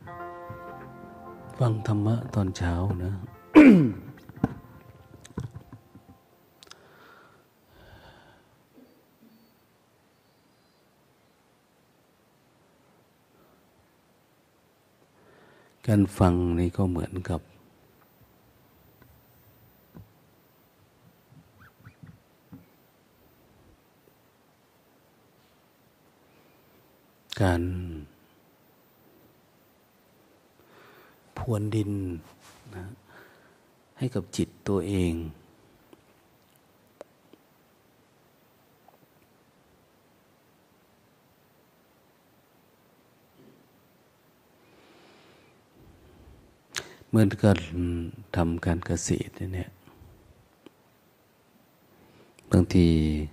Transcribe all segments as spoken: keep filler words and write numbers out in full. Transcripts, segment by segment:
ฟังธรรมะตอนเช้านะ การฟังนี่ก็เหมือนกับการพรวนดินนะให้กับจิตตัวเองเหมือนกับทำการเกษตรเนี่ยบางที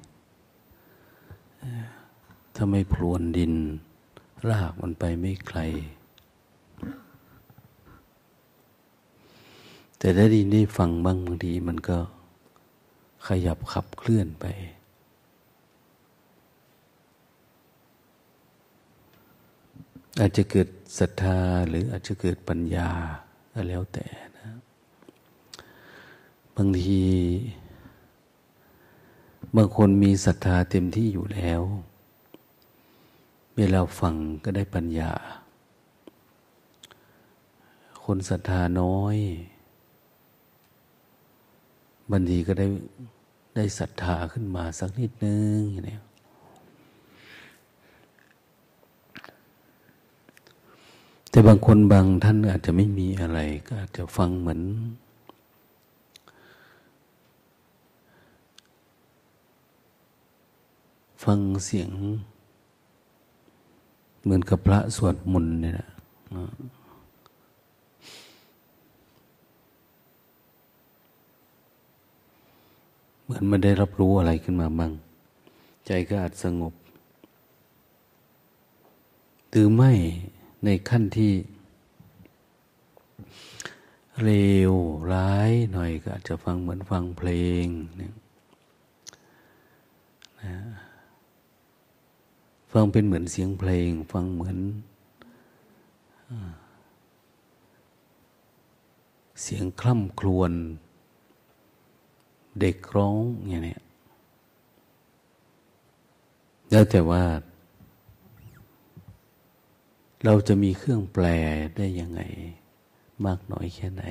ถ้าไม่พรวนดินรากมันไปไม่ไกลแต่ได้ดินได้ฟังบ้างบางทีมันก็ขยับขับเคลื่อนไปอาจจะเกิดศรัทธาหรืออาจจะเกิดปัญญาก็แล้วแต่นะบางทีบางคนมีศรัทธาเต็มที่อยู่แล้วเวลาฟังก็ได้ปัญญาคนศรัทธาน้อยบางทีก็ได้ได้ศรัทธาขึ้นมาสักนิดนึงอย่างนี้แต่บางคนบางท่านอาจจะไม่มีอะไรก็อาจจะฟังเหมือนฟังเสียงเหมือนกับพระสวดมนต์เนี่ยนะเหมือนไม่ได้รับรู้อะไรขึ้นมาบ้างใจก็อาจสงบหรือไม่ในขั้นที่เร็วร้ายหน่อยก็อาจจะฟังเหมือนฟังเพลงเนี่ยนะฟังเป็นเหมือนเสียงเพลงฟังเหมือนเสียงคร่ำครวญเด็กร้องอย่างนี้แล้วแต่ว่าเราจะมีเครื่องแปลได้ยังไงมากน้อยแค่ไหน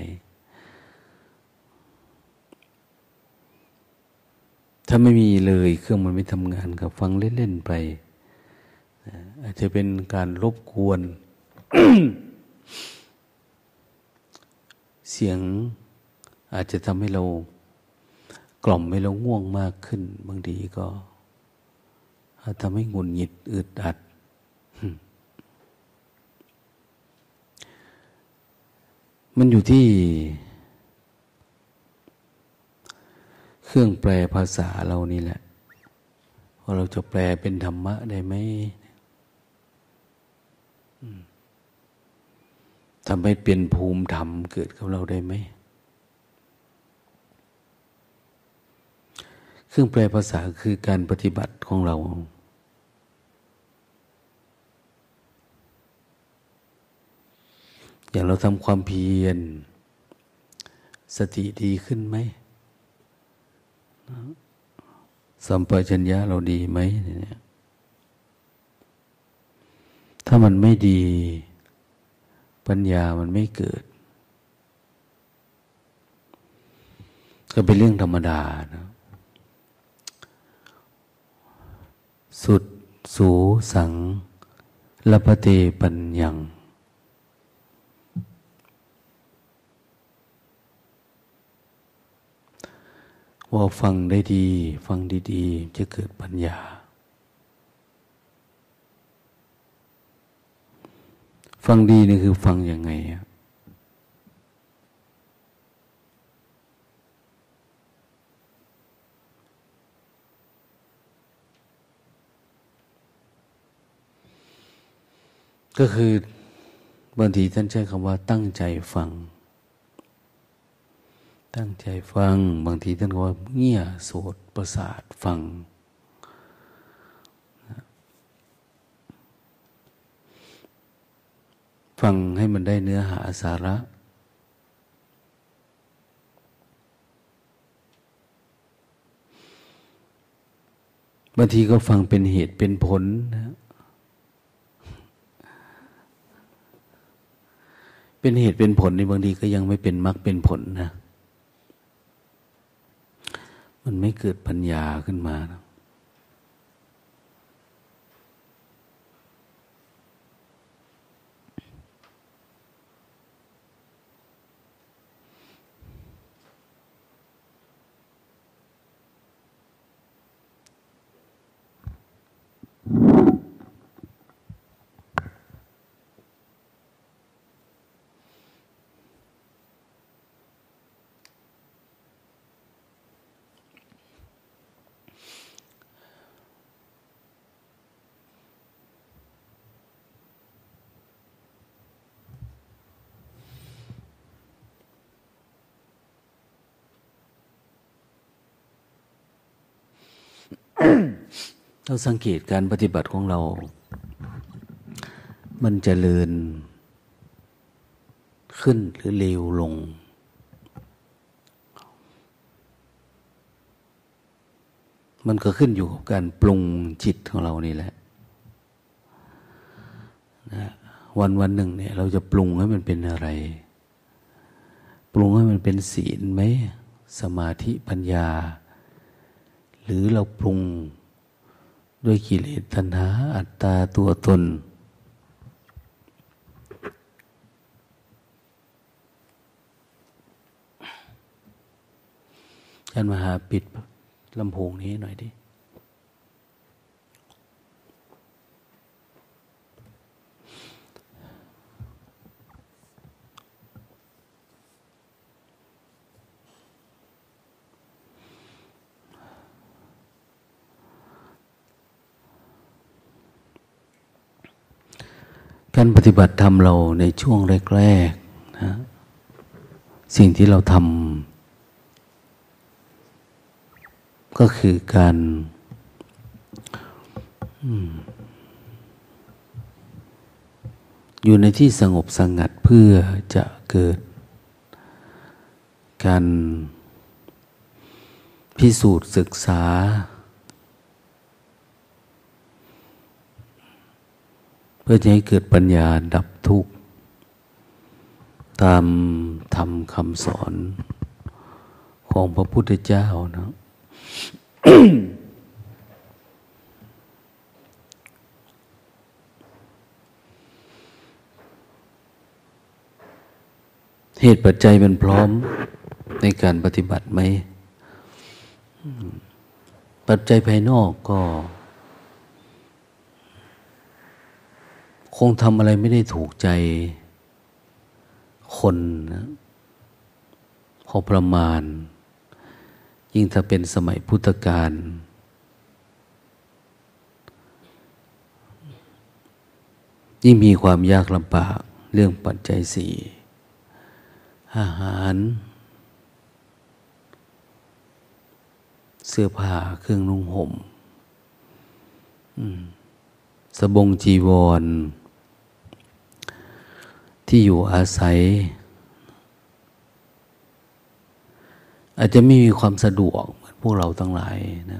ถ้าไม่มีเลยเครื่องมันไม่ทำงานก็ฟังเล่นๆไปอาจจะเป็นการรบกวน เสียงอาจจะทำให้เรากล่อมให้เราง่วงมากขึ้นบางทีก็ทำให้หงุดหงิดอึดอัดมันอยู่ที่เครื่องแปลภาษาเรานี่แหละว่าเราจะแปลเป็นธรรมะได้ไหมทำให้เป็นภูมิธรรมเกิดกับเราได้ไหมเครื่องแปลภาษาคือการปฏิบัติของเราอย่างเราทำความเพียรสติดีขึ้นไหมสัมปชัญญะเราดีไหมเนี่ยถ้ามันไม่ดีปัญญามันไม่เกิดก็เป็นเรื่องธรรมดานะสุดสูสังละปะเตปัญญังว่าฟังได้ดีฟังดีๆจะเกิดปัญญาฟังดีนี่คือฟังยังไงอะก็คือบางทีท่านใช้คำว่าตั้งใจฟังตั้งใจฟังบางทีท่านก็ว่าเงี่ยโสตประสาทฟังฟังให้มันได้เนื้อหาสาระบางทีก็ฟังเป็นเหตุเป็นผลนะเป็นเหตุเป็นผลในบางทีก็ยังไม่เป็นมรรคเป็นผลนะมันไม่เกิดปัญญาขึ้นมานะเราสังเกตการปฏิบัติของเรามันเจริญขึ้นหรือเลวลงมันก็ขึ้นอยู่กับการปรุงจิตของเรานี่แหละนะวันวันหนึ่งเนี่ยเราจะปรุงให้มันเป็นอะไรปรุงให้มันเป็นศีลไหมสมาธิปัญญาหรือเราปรุงด้วยกิเลสตัณหาอัตตาตัวตนอาจารย์มหาปิดลำโพงนี้หน่อยดิการปฏิบัติธรรมเราในช่วงแรกๆนะสิ่งที่เราทำก็คือการอยู่ในที่สงบสงัดเพื่อจะเกิดการพิสูจน์ศึกษาเพื่อจะให้เกิดปัญญาดับทุกข์ตามธรรมคำสอนของพระพุทธเจ้านะ เหตุปัจจัยมันพร้อมในการปฏิบัติไหมปัจจัยภายนอกก็คงทำอะไรไม่ได้ถูกใจคนนะพอประมาณยิ่งถ้าเป็นสมัยพุทธกาลยิ่งมีความยากลำบากเรื่องปัจจัยสี่อาหารเสื้อผ้าเครื่องนุ่งห่มสบงจีวรที่อยู่อาศัยอาจจะไม่มีความสะดวกเหมือนพวกเราทั้งหลายนะ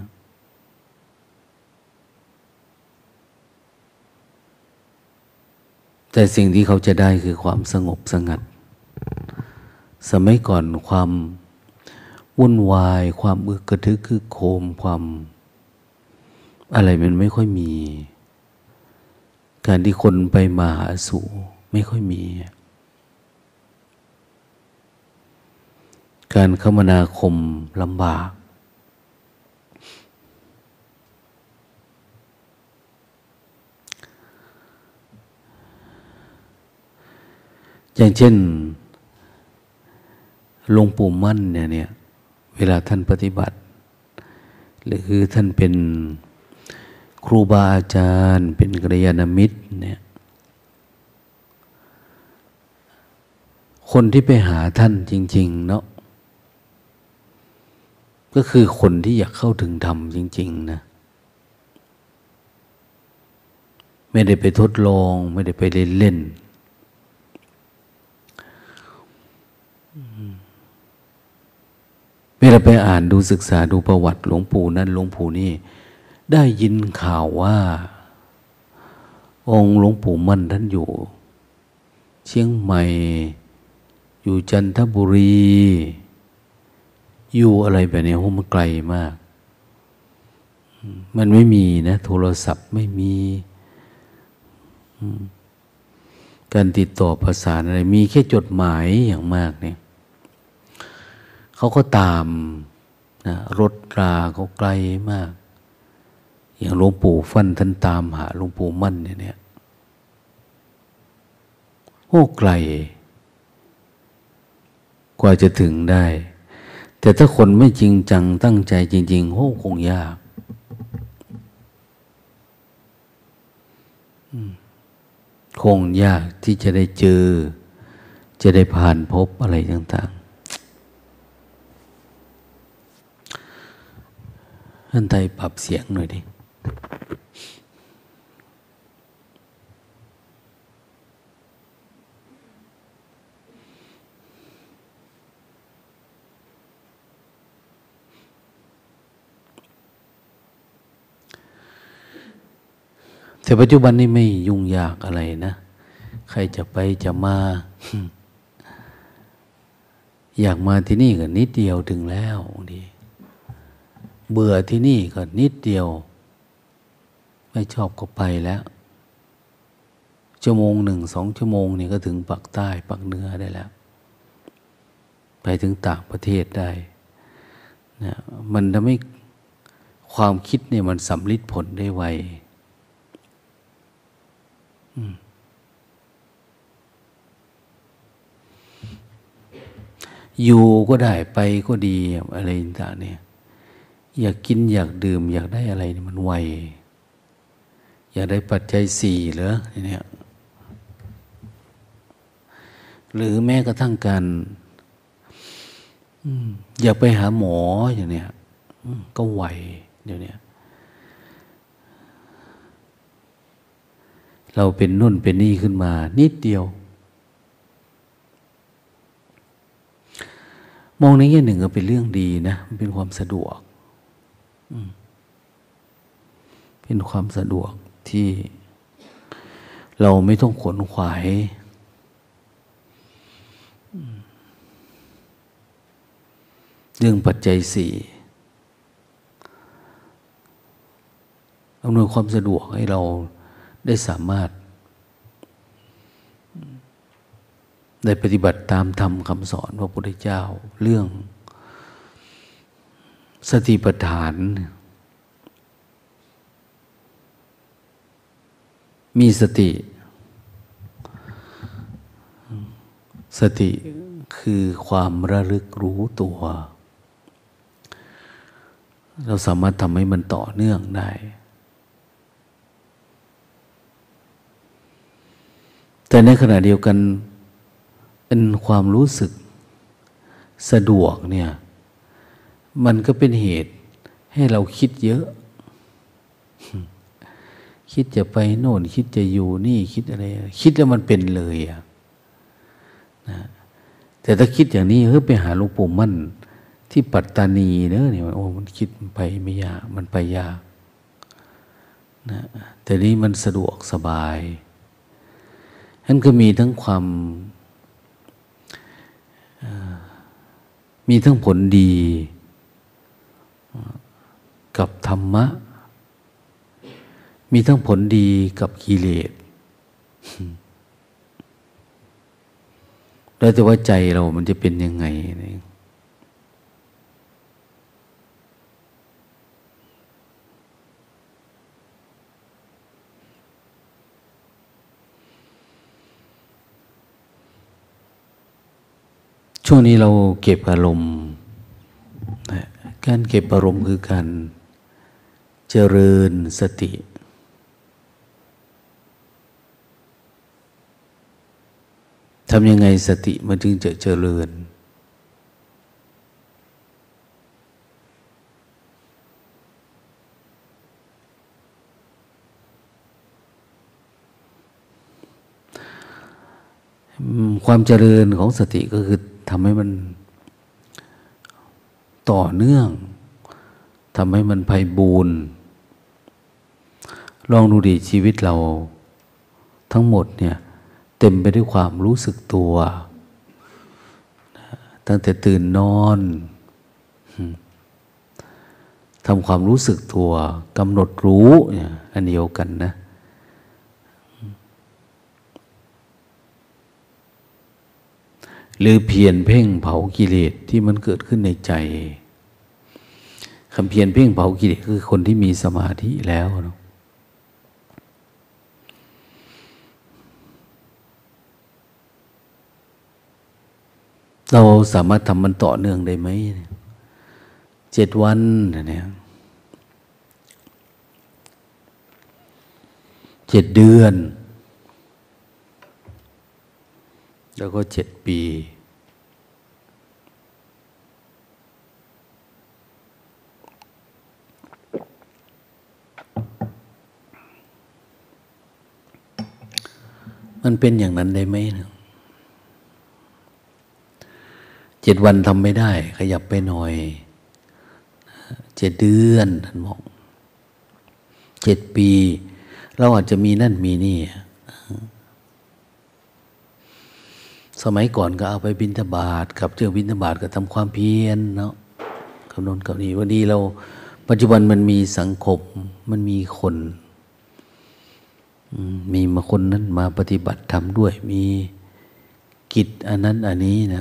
แต่สิ่งที่เขาจะได้คือความสงบสงัดสมัยก่อนความวุ่นวายความอึกกระทึกคึกโครมความอะไรมันไม่ค่อยมีการที่คนไปมาหาสู่ไม่ค่อยมีการคมนาคมลำบากอย่างเช่นหลวงปู่มั่นเนี่ยเนี่ยเวลาท่านปฏิบัติหรือคือท่านเป็นครูบาอาจารย์เป็นกัลยาณมิตรเนี่ยคนที่ไปหาท่านจริงๆเนาะก็คือคนที่อยากเข้าถึงธรรมจริงๆนะไม่ได้ไปทดลองไม่ได้ไปเล่นเวลาไปอ่านดูศึกษาดูประวัติหลวงปู่นั่นหลวงปู่นี่ได้ยินข่าวว่าองค์หลวงปู่มั่นท่านอยู่เชียงใหม่อยู่จันทบุรีอยู่อะไรแบบนี้โหมันไกลมากมันไม่มีนะโทรศัพท์ไม่มีการติดต่อประสานอะไรมีแค่จดหมายอย่างมากเนี่ยเขาก็ตามนะรถราเขาไกลมากอย่างหลวงปู่ฟั่นท่านตามหาหลวงปู่มั่นเนี่ยโอ้ไกลกว่าจะถึงได้แต่ถ้าคนไม่จริงจังตั้งใจจริงๆโอ้คงยากคงยากที่จะได้เจอจะได้ผ่านพบอะไรต่างๆท่านไทยปรับเสียงหน่อยดิแต่ปัจจุบันนี้ไม่ยุ่งยากอะไรนะใครจะไปจะมาอยากมาที่นี่ก็นิดเดียวถึงแล้วดีเบื่อที่นี่ก็นิดเดียวไม่ชอบก็ไปแล้วชั่วโมงหนึ่งสองชั่วโมงนี่ก็ถึงปักใต้ปักเหนือได้แล้วไปถึงต่างประเทศได้นะมันทำให้ความคิดเนี่ยมันสำลิดผลได้ไวอยู่ก็ได้ไปก็ดีอะไรต่างเนี่ยอยากกินอยากดื่มอยากได้อะไรนี่มันไวอยากได้ปัจจัยสี่เหรอเนี่ยหรือแม้กระทั่งการอยากไปหาหมออย่างเนี้ยก็ไวเดี๋ยวนี้เราเป็นนุ่นเป็นนี่ขึ้นมานิดเดียวมองในแง่หนึ่งก็เป็นเรื่องดีนะมันเป็นความสะดวกเป็นความสะดวกที่เราไม่ต้องขวนขวายเรื่องปัจจัยสี่อำนวยความสะดวกให้เราได้สามารถได้ปฏิบัติตามธรรมคำสอนพระพุทธเจ้าเรื่องสติปัฏฐานมีสติสติคือความระลึกรู้ตัวเราสามารถทำให้มันต่อเนื่องได้แต่ในขณะเดียวกันเป็นความรู้สึกสะดวกเนี่ยมันก็เป็นเหตุให้เราคิดเยอะคิดจะไปโน่นคิดจะอยู่นี่คิดอะไรคิดแล้วมันเป็นเลยอะนะแต่ถ้าคิดอย่างนี้เฮ้ยไปหาหลวงปู่มั่นที่ปัตตานีเนอะเนี่ยโอ้มันคิดไปไม่ยากมันไปยากนะแต่นี้มันสะดวกสบายนั่นก็มีทั้งความมีทั้งผลดีกับธรรมะมีทั้งผลดีกับกิเลสแล้วแต่ว่าใจเรามันจะเป็นยังไงนี่ช่วงนี้เราเก็บอารมณ์การเก็บอารมณ์คือการเจริญสติทำยังไงสติมันจึงจะเจริญความเจริญของสติก็คือทำให้มันต่อเนื่องทำให้มันไพบูรย์ลองดูดิชีวิตเราทั้งหมดเนี่ยเต็มไปด้วยความรู้สึกตัวตั้งแต่ตื่นนอนทำความรู้สึกตัวกำหนดรู้เนี่ยอันเดียวกันนะหรือเพียรเพ่งเผากิเลสที่มันเกิดขึ้นในใจคำเพียรเพ่งเผากิเลสคือคนที่มีสมาธิแล้วเนาะเราสามารถทำมันต่อเนื่องได้ไหมเจ็ดวันเนี่ยเจ็ดเดือนแล้วก็เจ็ดปีมันเป็นอย่างนั้นได้ไหมนะเจ็ดวันทำไม่ได้ขยับไปหน่อยเจ็ดเดือนท่านบอกเจ็ดปีเราอาจจะมีนั่นมีนี่สมัยก่อนก็เอาไปบิณฑบาตกับเจ้าบิณฑบาตก็ทำความเพียรเนาะคำนวณกับนี้วันนี้เราปัจจุบันมันมีสังคมมันมีคนมีมาคนนั้นมาปฏิบัติธรรมด้วยมีกิจอันนั้นอันนี้นะ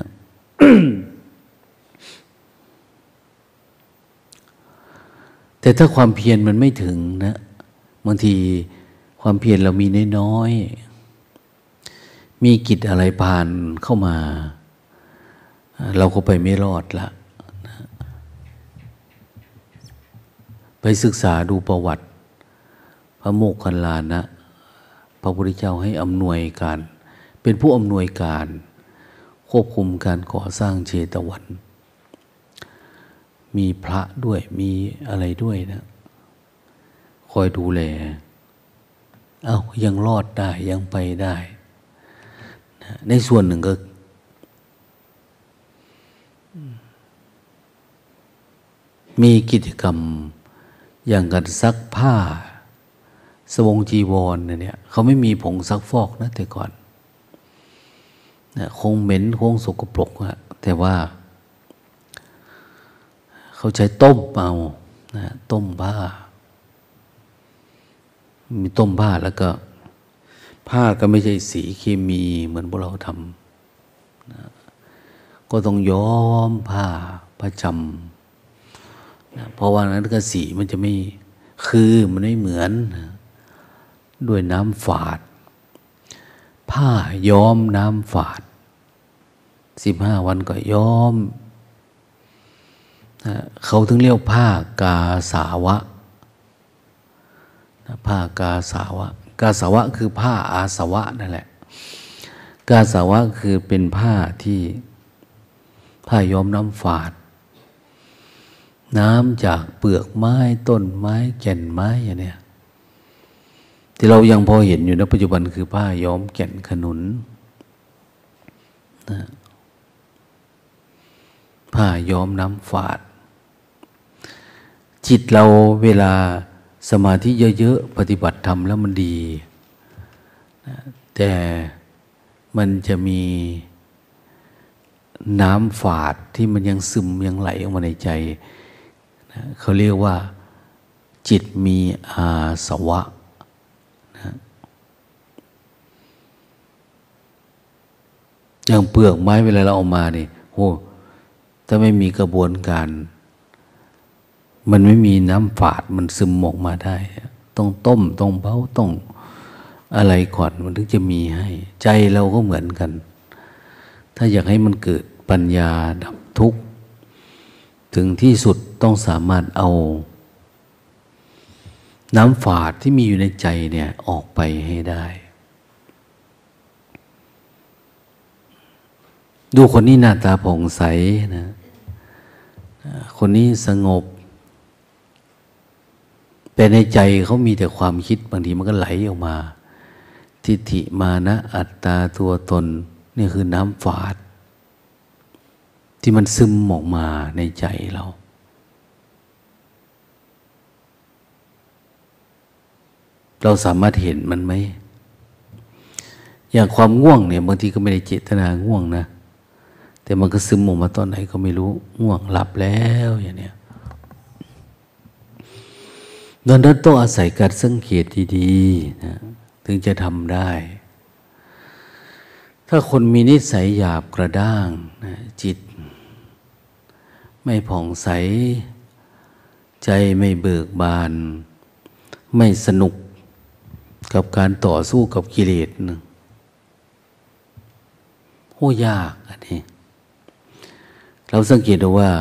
แต่ถ้าความเพียรมันไม่ถึงนะบางทีความเพียรเรามีน้อยๆมีกิจอะไรผ่านเข้ามาเราก็ไปไม่รอดละนะไปศึกษาดูประวัติพระโมคคัลลานะพระพุทธเจ้าให้อำนวยการเป็นผู้อำนวยการควบคุมการก่อสร้างเชตวันมีพระด้วยมีอะไรด้วยนะคอยดูแลเอ้ายังรอดได้ยังไปได้นะในส่วนหนึ่งก็มีกิจกรรมอย่างการซักผ้าสบงจีวรเนี่ยเขาไม่มีผงซักฟอกนะแต่ก่อนนะคงเหม็นคงสกปรกอะแต่ว่าเขาใช้ต้มเอานะต้มผ้ามีต้มผ้าแล้วก็ผ้าก็ไม่ใช่สีเคมีเหมือนพวกเราทำนะก็ต้องย้อมผ้าประจำนะเพราะว่านั้นก็สีมันจะไม่คือมันไม่เหมือนนะด้วยน้ำฝาดผ้าย้อมน้ำฝาดสิบห้าวันก็ย้อมเขาถึงเรียกผ้ากาสาวะผ้ากาสาวะกาสาวะคือผ้าอาสวะนั่นแหละกาสาวะคือเป็นผ้าที่ผ้าย้อมน้ำฝาดน้ำจากเปลือกไม้ต้นไม้แก่นไม้อย่างเนี้ยที่เรายังพอเห็นอยู่ในปัจจุบันคือผ้าย้อมแก่นขนุนนะผ้าย้อมน้ำฝาดจิตเราเวลาสมาธิเยอะๆปฏิบัติธรรมแล้วมันดีนะแต่มันจะมีน้ำฝาดที่มันยังซึมยังไหลออกมาในใจนะเขาเรียกว่าจิตมีอาสวะนะอย่างเปลือกไม้เวลาเราเอามาเนี่ยโอ้ถ้าไม่มีกระบวนการมันไม่มีน้ำฝาดมันซึมออกมาได้ต้องต้มต้องเผาต้องอะไรก่อนมันถึงจะมีให้ใจเราก็เหมือนกันถ้าอยากให้มันเกิดปัญญาดับทุกข์ถึงที่สุดต้องสามารถเอาน้ำฝาดที่มีอยู่ในใจเนี่ยออกไปให้ได้ดูคนนี้หน้าตาผ่องใสนะคนนี้สงบแต่ในใจเขามีแต่ความคิดบางทีมันก็ไหลออกมาทิฏฐิมานะอัตตาตัวตนนี่คือน้ำฝาดที่มันซึมออกมาในใจเราเราสามารถเห็นมันไหมอย่างความง่วงเนี่ยบางทีก็ไม่ได้เจตนาง่วงนะแต่มันก็ซึมออกมาตอนไหนก็ไม่รู้ง่วงหลับแล้วอย่างเนี้ยดังนั้นต้องอาศัยการสังเกตดีๆนะถึงจะทำได้ถ้าคนมีนิสัยหยาบกระด้างนะจิตไม่ผ่องใสใจไม่เบิกบานไม่สนุกกับการต่อสู้กับกิเลสนะโอ้ยากอันนี้เราสังเกตดูว่า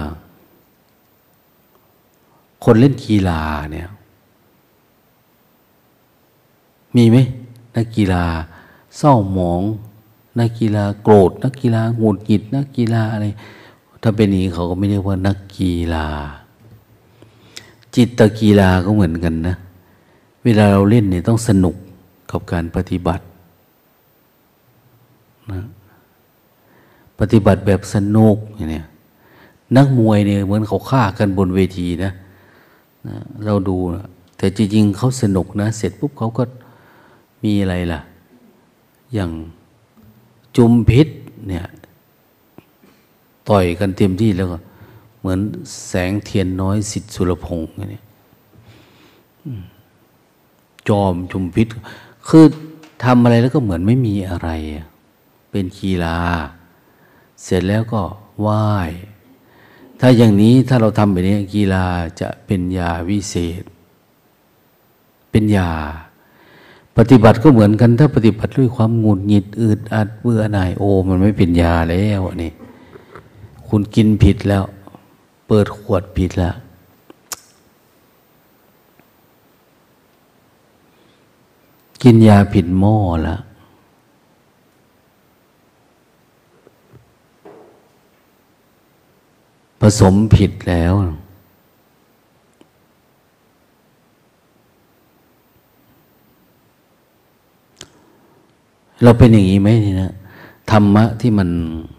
คนเล่นกีฬาเนี่ยมีไหมนักกีฬาเศร้าหมองนักกีฬาโกรธนักกีฬาหงุดหงิดนักกีฬาอะไรถ้าเป็นอย่างนี้เขาก็ไม่เรียกว่านักกีฬาจิตกีฬาก็เหมือนกันนะเวลาเราเล่นเนี่ยต้องสนุกกับการปฏิบัตินะปฏิบัติแบบสนุกเนี่ยนักมวยเนี่ยเหมือนเขาฆ่ากันบนเวทีนะนะเราดูนะแต่จริงๆเขาสนุกนะเสร็จปุ๊บเขาก็มีอะไรล่ะอย่างจุมพิษเนี่ยต่อยกันเต็มที่แล้วก็เหมือนแสงเทียนน้อยสิทธิสุรพงษ์เนี่ยจอมจุมพิษคือทำอะไรแล้วก็เหมือนไม่มีอะไรเป็นกีฬาเสร็จแล้วก็ไหว้ถ้าอย่างนี้ถ้าเราทำแบบนี้กีฬาจะเป็นยาวิเศษเป็นยาปฏิบัติก็เหมือนกันถ้าปฏิบัติด้วยความหงุดหงิดอึดอัดเบื่อหน่ายโอ้มันไม่เป็นยาแล้วนี่คุณกินผิดแล้วเปิดขวดผิดแล้วกินยาผิดหม้อแล้วผสมผิดแล้วเราเป็นอย่างนี้ไหมนี่นะธรรมะที่มัน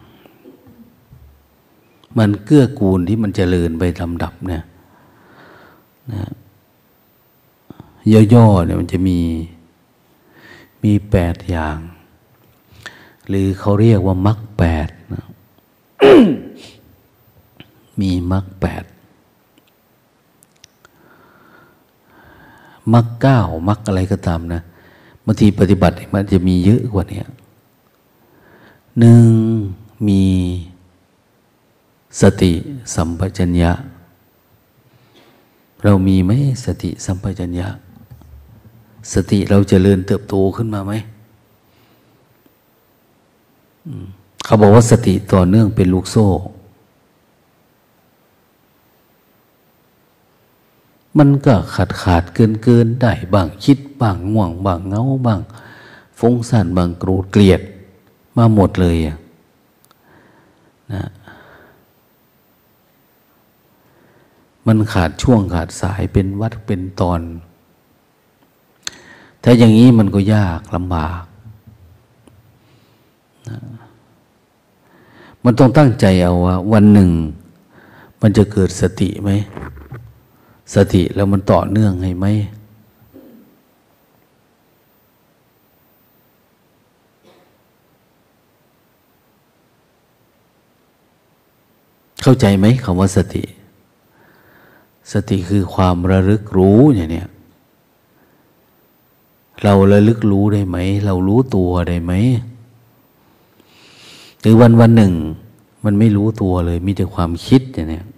มันเกื้อกูลที่มันเจริญไปลำดับเนี่ยนะย่อๆเนี่ยมันจะมีมีแปดอย่าง หรือเขาเรียกว่ามรรคแปดนะ มีมรรคแปดมรรคเก้ามรรคอะไรก็ตามนะบางทีปฏิบัติมันจะมีเยอะกว่านี้หนึ่งมีสติสัมปชัญญะเรามีไหมสติสัมปชัญญะสติเราเจริญเติบโตขึ้นมาไหมเขาบอกว่าสติต่อเนื่องเป็นลูกโซ่มันก็ขาดขาดเกินเกินได้บางคิดบางง่วงบางเงาบางฟุ้งซ่านบางโกรธเกลียดมาหมดเลยอะนะมันขาดช่วงขาดสายเป็นวัดเป็นตอนถ้าอย่างนี้มันก็ยากลำบากนะมันต้องตั้งใจเอาว่าวันหนึ่งมันจะเกิดสติไหมสติแล้วมันต่อเนื่องให้ไหมเข้าใจไหมคำว่าสติสติคือความระลึกรู้อย่างเนี้ยเราระลึกรู้ได้ไหมเรารู้ตัวได้ไหมหรือวันวันหนึ่งมันไม่รู้ตัวเลยมีแต่ความคิดอย่างเนี้ย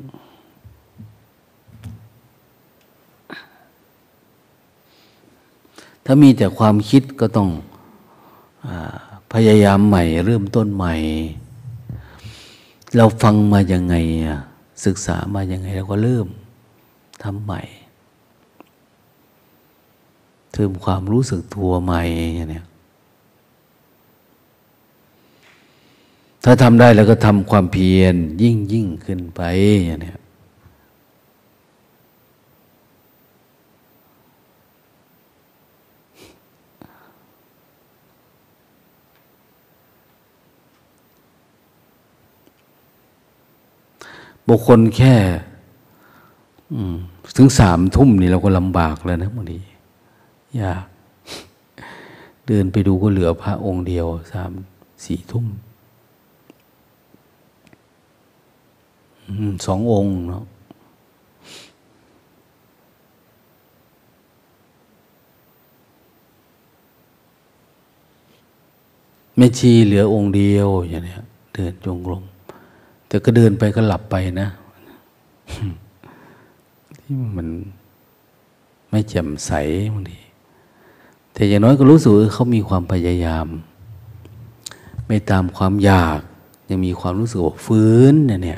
ถ้ามีแต่ความคิดก็ต้องอาพยายามใหม่เริ่มต้นใหม่เราฟังมายังไงศึกษามายังไงเราก็เริ่มทำใหม่เพิ่มความรู้สึกตัวใหม่อย่างเนี้ยถ้าทำได้แล้วก็ทำความเพียรยิ่งยิ่งขึ้นไปอย่างเนี้ยบางคนแค่ถึงสามทุ่มนี่เราก็ลำบากแล้วนะบางทียากเดินไปดูก็เหลือพระองค์เดียวสามสี่ทุ่มสององค์เนาะแม่ชีเหลือองค์เดียวอย่างเนี้ยเดินจงกรมแต่ก็เดินไปก็หลับไปนะที่มันไม่แจ่มใสบางทีแต่อย่างน้อยก็รู้สึกเขามีความพยายามไม่ตามความอยากยังมีความรู้สึกว่าฟื้นเนี่ยเนี่ย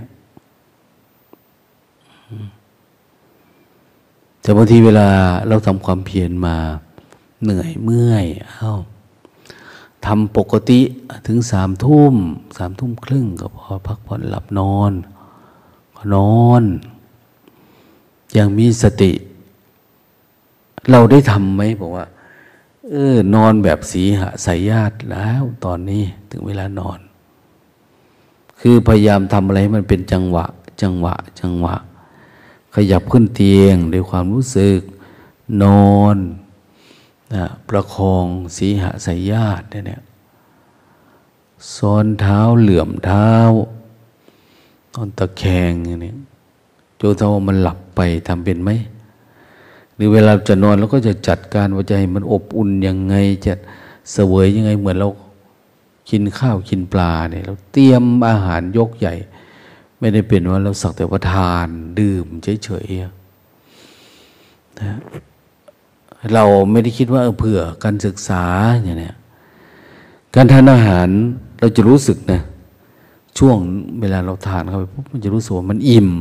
แต่บางทีเวลาเราทำความเพียรมาเหนื่อยเมื่อยเอ้าทำปกติถึงสามทุ่มสามทุ่มครึ่งก็พอพักผ่อนหลับนอนก็นอนอย่างมีสติเราได้ทำไหมบอกว่าเออนอนแบบสีหสายญาติแล้วตอนนี้ถึงเวลานอนคือพยายามทำอะไรให้มันเป็นจังหวะจังหวะจังหวะขยับขึ้นเตียงด้วยความรู้สึกนอนนะประคองสีหสายญาติเนี่ยซ้อนเท้าเหลื่อมเท้านอนตะแคงอย่างนี้จนเท่ามันหลับไปทำเป็นไหมหรือเวลาจะนอนเราก็จะจัดการว่าจะให้มันอบอุ่นยังไงจะเสวยยังไงเหมือนเรากินข้าวกินปลาเนี่ยเราเตรียมอาหารยกใหญ่ไม่ได้เป็นว่าเราสักแต่ว่าทานดื่มเฉยๆนะเราไม่ได้คิดว่าเผื่อการศึกษาอย่างเนี้ยการทานอาหารเราจะรู้สึกนะช่วงเวลาเราทานเข้าไปปุ๊บมันจะรู้สึกว่ามันอิ่ม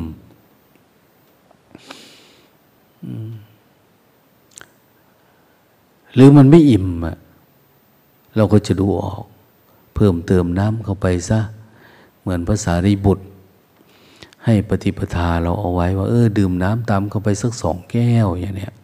หรือมันไม่อิ่มอ่ะเราก็จะดูออกเพิ่มเติมน้ำเข้าไปซะเหมือนภาษารีบุตรให้ปฏิปทาเราเอาไว้ว่าเออดื่มน้ำตามเข้าไปสักสองแก้วอย่างเนี้ย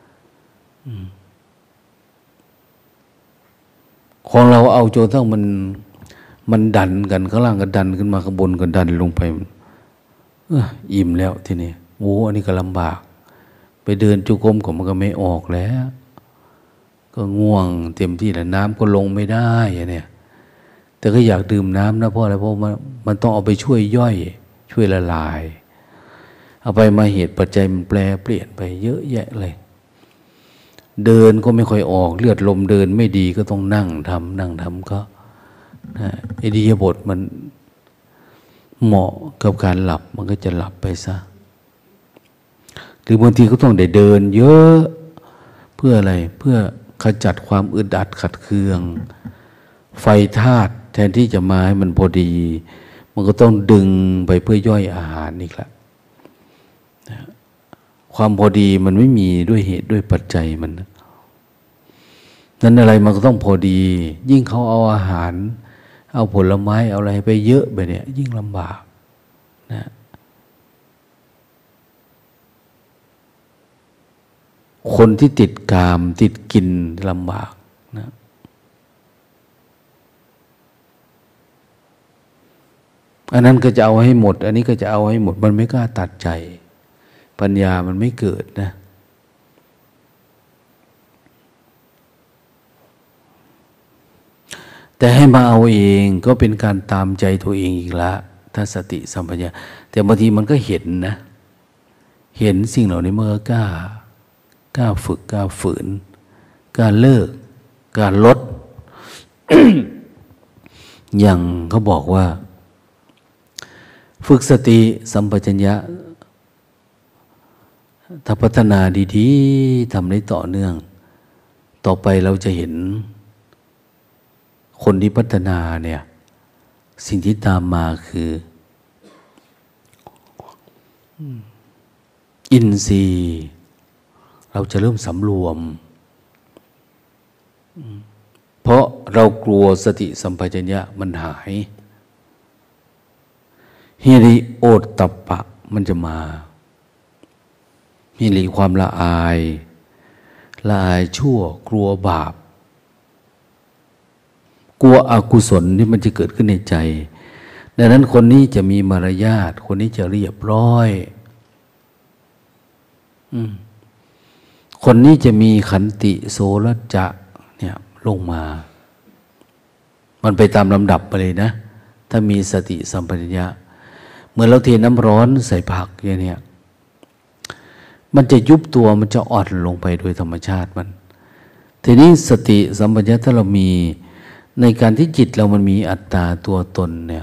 ของเราเอาโจทั้งมันมันดันกันข้างล่างก็ดันขึ้นมาข้างบนก็ดันลงไปเอออิ่มแล้วทีนี้โอ้อันนี้ก็ลำบากไปเดินจุกรมก็มันก็ไม่ออกแล้วก็ง่วงเต็มที่แล้วน้ำก็ลงไม่ได้อย่างเนี้ยแต่ก็อยากดื่มน้ำนะเพราะอะไรเพราะมันมันต้องเอาไปช่วยย่อยช่วยละลายเอาไปมาเหตุปัจจัยมันแปรเปลี่ยนไปเยอะแยะเลยเดินก็ไม่ค่อยออกเลือดลมเดินไม่ดีก็ต้องนั่งทำนั่งทำก็นะอิริยาบถมันเหมาะกับการหลับมันก็จะหลับไปซะหรือบางทีก็ต้องได้เดินเยอะเพื่ออะไรเพื่อขจัดความอึดอัดขัดเคืองไฟธาตุแทนที่จะมาให้มันพอดีมันก็ต้องดึงไปเพื่อย่อยอาหารอีกละความพอดีมันไม่มีด้วยเหตุด้วยปัจจัยมันนั้นอะไรมันก็ต้องพอดียิ่งเขาเอาอาหารเอาผลไม้เอาอะไรไปเยอะไปเนี่ยยิ่งลำบากนะคนที่ติดกามติดกินลำบากนะอันนั้นก็จะเอาให้หมดอันนี้ก็จะเอาให้หมดมันไม่กล้าตัดใจปัญญามันไม่เกิดนะแต่ให้มาเอาเองก็เป็นการตามใจตัวเองอีกละถ้าสติสัมปชัญญะแต่บางทีมันก็เห็นนะเห็นสิ่งเหล่านี้เมื่อกล้ากล้าฝึกกล้าฝืนกล้าเลิกกล้าลด อย่างเขาบอกว่าฝึกสติสัมปชัญญะถ้าพัฒนาดีๆทำได้ต่อเนื่องต่อไปเราจะเห็นคนที่พัฒนาเนี่ยสิ่งที่ตามมาคืออินทรีย์เราจะเริ่มสำรวมเพราะเรากลัวสติสัมปชัญญะมันหายฮิริโอตตัปปะมันจะมาฮิริความละอายละอายชั่วกลัวบาปกลัวอกุศลที่มันจะเกิดขึ้นในใจดังนั้นคนนี้จะมีมารยาทคนนี้จะเรียบร้อยอืมคนนี้จะมีขันติโสรจะเนี่ยลงมามันไปตามลำดับไปเลยนะถ้ามีสติสัมปชัญญะเหมือนเราเทน้ำร้อนใส่ผักอย่างเนี้ยมันจะยุบตัวมันจะอ่อนลงไปโดยธรรมชาติมันทีนี้สติสัมปชัญญะถ้าเรามีในการที่จิตเรามันมีอัตตาตัวตนเนี่ย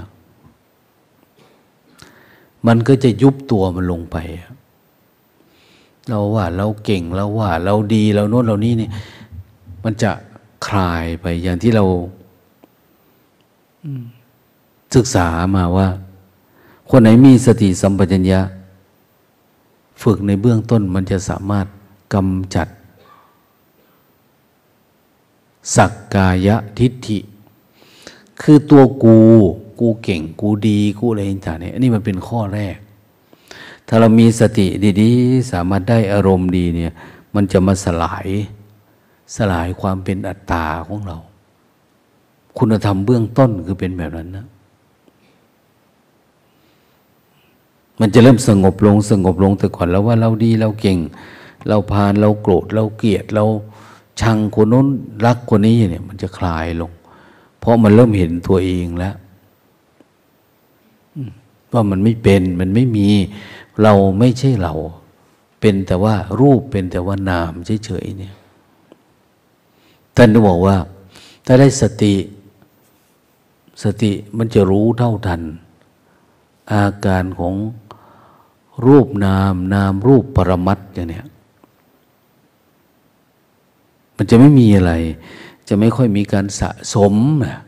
มันก็จะยุบตัวมันลงไปเราว่าเราเก่งเราว่าเราดีเราโน้นเรานี่เนี่ยมันจะคลายไปอย่างที่เราศึกษามาว่าคนไหนมีสติสัมปชัญญะฝึกในเบื้องต้นมันจะสามารถกำจัดสักกายทิฏฐิคือตัวกูกูเก่งกูดีกูอะไรต่างๆเนี่ยอันนี้มันเป็นข้อแรกถ้าเรามีสติดีๆสามารถได้อารมณ์ดีเนี่ยมันจะมาสลายสลายความเป็นอัตตาของเราคุณธรรมเบื้องต้นคือเป็นแบบนั้นนะมันจะเริ่มสงบลงสงบลงแต่ก่อนแล้วว่าเราดีเราเก่งเราพาลเราโกรธเราเกลียดเราชังคนโน้นรักคนนี้เนี่ยมันจะคลายลงเพราะมันเริ่มเห็นตัวเองแล้วว่ามันไม่เป็นมันไม่มีเราไม่ใช่เราเป็นแต่ว่ารูปเป็นแต่ว่านามเฉยๆเนี่ยท่านบอกว่าถ้าได้สติสติมันจะรู้เท่าทันอาการของรูปนามนามรูปปรมัตถ์อย่างเนี้ยมันจะไม่มีอะไรจะไม่ค่อยมีการสะสมนะ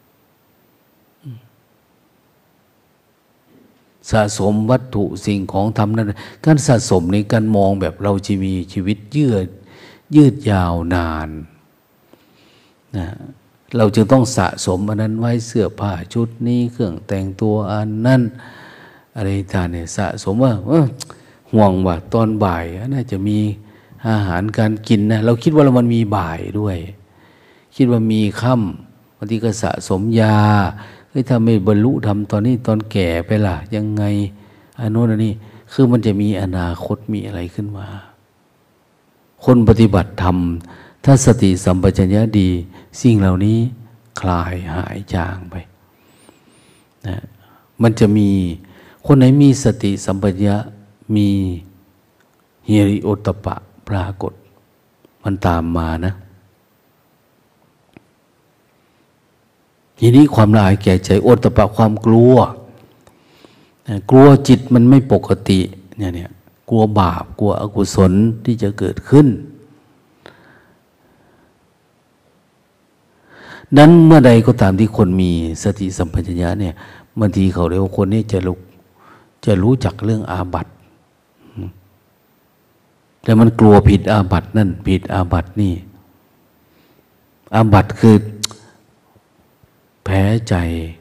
สะสมวัตถุสิ่งของทำนั้นการสะสมในการมองแบบเราจะมีชีวิตยืดยืดยาวนานนะเราจึงต้องสะสมอันนั้นไว้เสื้อผ้าชุดนี้เครื่องแต่งตัวอันนั้นอะไรต่างเนี่ยสะสมว่าห่วงว่าตอนบ่ายน่าจะมีอาหารการกินนะเราคิดว่าเรามันมีบ่ายด้วยคิดว่ามีค่ำบางทีก็สะสมยาเฮ้ยถ้าไม่บรรลุทำตอนนี้ตอนแก่ไปล่ะยังไงอันโน้นอันนี้คือมันจะมีอนาคตมีอะไรขึ้นมาคนปฏิบัติธรรมถ้าสติสัมปชัญญะดีสิ่งเหล่านี้คลายหายจางไปนะมันจะมีคนไหนมีสติสัมปชัญญะมีฮิริโอตตัปปะปรากฏมันตามมานะทีนี้ความละอายแก่ใจโอตตัปปะความกลัวนะกลัวจิตมันไม่ปกติเนี่ยเนี่ยกลัวบาปกลัวอกุศลที่จะเกิดขึ้นนั้นเมื่อใดก็ตามที่คนมีสติสัมปชัญญะเนี่ยบางทีเขาเรียกว่าคนนี้จะรู้จะรู้จักเรื่องอาบัติแต่มันกลัวผิดอาบัตินั่นผิดอาบัตินี่อาบัติคือแพ้ใจ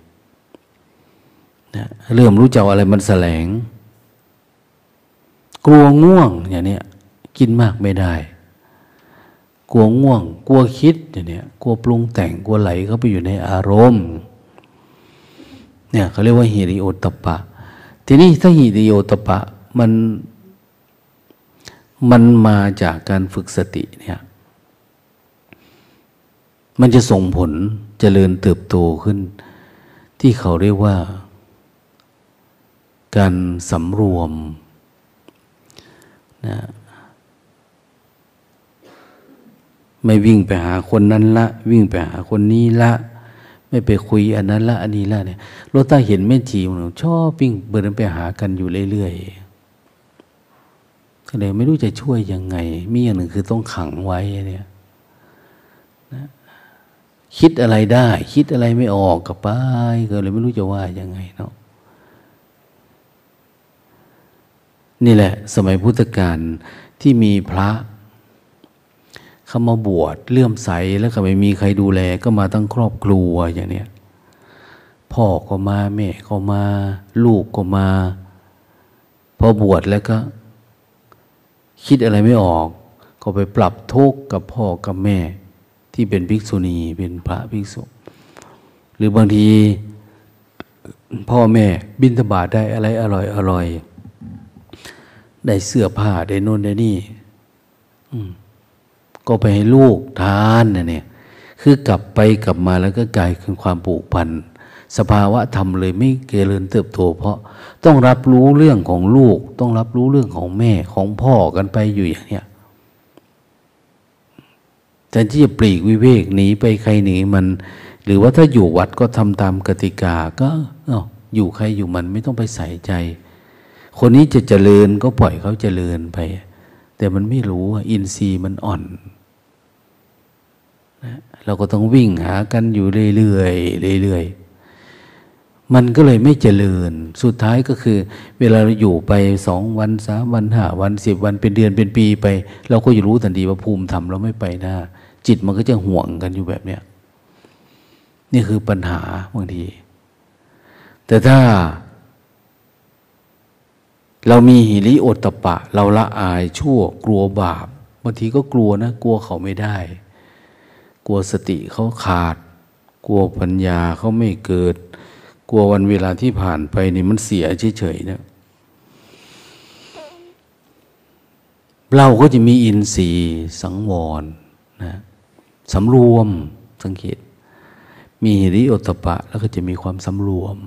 นะเริ่มรู้จักอะไรมันแสลงกลัวง่วงอย่างนี้กินมากไม่ได้กลัวง่วงกลัวคิดอย่างนี้กลัวปรุงแต่งกลัวไหลเข้าไปอยู่ในอารมณ์เนี่ยเขาเรียกว่าหิริโอตตัปปะทีนี้ถ้าหิริโอตตัปปะมันมันมาจากการฝึกสติเนี่ยมันจะส่งผลเจริญเติบโตขึ้นที่เขาเรียกว่าการสำรวมนะไม่วิ่งไปหาคนนั้นละวิ่งไปหาคนนี้ละไม่ไปคุยอันนั้นละอันนี้ละเนี่ยเราถ้าเห็นแม่ชีมันชอบวิ่งเบิร์นไปหากันอยู่เรื่อยๆก็เลยไม่รู้จะช่วยยังไงมีอย่างหนึ่งคือต้องขังไว้เนี่ยนะคิดอะไรได้คิดอะไรไม่ออกกับไปก็เลยไม่รู้จะว่ายังไงเนาะนี่แหละสมัยพุทธกาลที่มีพระเขามาบวชเลื่อมใสแล้วก็ไม่มีใครดูแลก็มาทั้งครอบครัวอย่างเนี้ยพ่อก็มาแม่ก็มาลูกก็มาพอบวชแล้วก็คิดอะไรไม่ออกก็ไปปรับทุกข์กับพ่อกับแม่ที่เป็นภิกษุณีเป็นพระภิกษุหรือบางทีพ่อแม่บิณฑบาตได้อะไรอร่อยอร่อยได้เสื้อผ้าได้โน่นได้นี่ก็ไปให้ลูกทานนะเนี่ยคือกลับไปกลับมาแล้วก็กลายเป็นความผูกพันสภาวะธรรมเลยไม่เจริญเติบโตเพราะต้องรับรู้เรื่องของลูกต้องรับรู้เรื่องของแม่ของพ่อกันไปอยู่อย่างเนี้ยแต่ที่จะปลีกวิเวกหนีไปใครหนีมันหรือว่าถ้าอยู่วัดก็ทำตามกติกาก็เอ้าอยู่ใครอยู่มันไม่ต้องไปใส่ใจคนนี้จะเจริญก็ปล่อยเขาเจริญไปแต่มันไม่รู้ว่าอินทรีย์มันอ่อนนะเราก็ต้องวิ่งหากันอยู่เรื่อยๆเรื่อยๆมันก็เลยไม่เจริญสุดท้ายก็คือเวลาเราอยู่ไปสองวันสามวันห้าวันสิบวันเป็นเดือนเป็นปีไปเราก็จะรู้ทันทีว่าภูมิธรรมเราไม่ไปหน้าจิตมันก็จะห่วงกันอยู่แบบเนี้ยนี่คือปัญหาบางทีแต่ถ้าเรามีหิริโอตตัปปะเราละอายชั่วกลัวบาปบางทีก็กลัวนะกลัวเขาไม่ได้กลัวสติเขาขาดกลัวปัญญาเขาไม่เกิดกลัววันเวลาที่ผ่านไปนี่มันเสียเฉยๆนะเราก็จะมีอินทรีย์สังวรนะสำรวมสังเกตมีหิริโอตตัปปะแล้วก็จะมีความสำรวม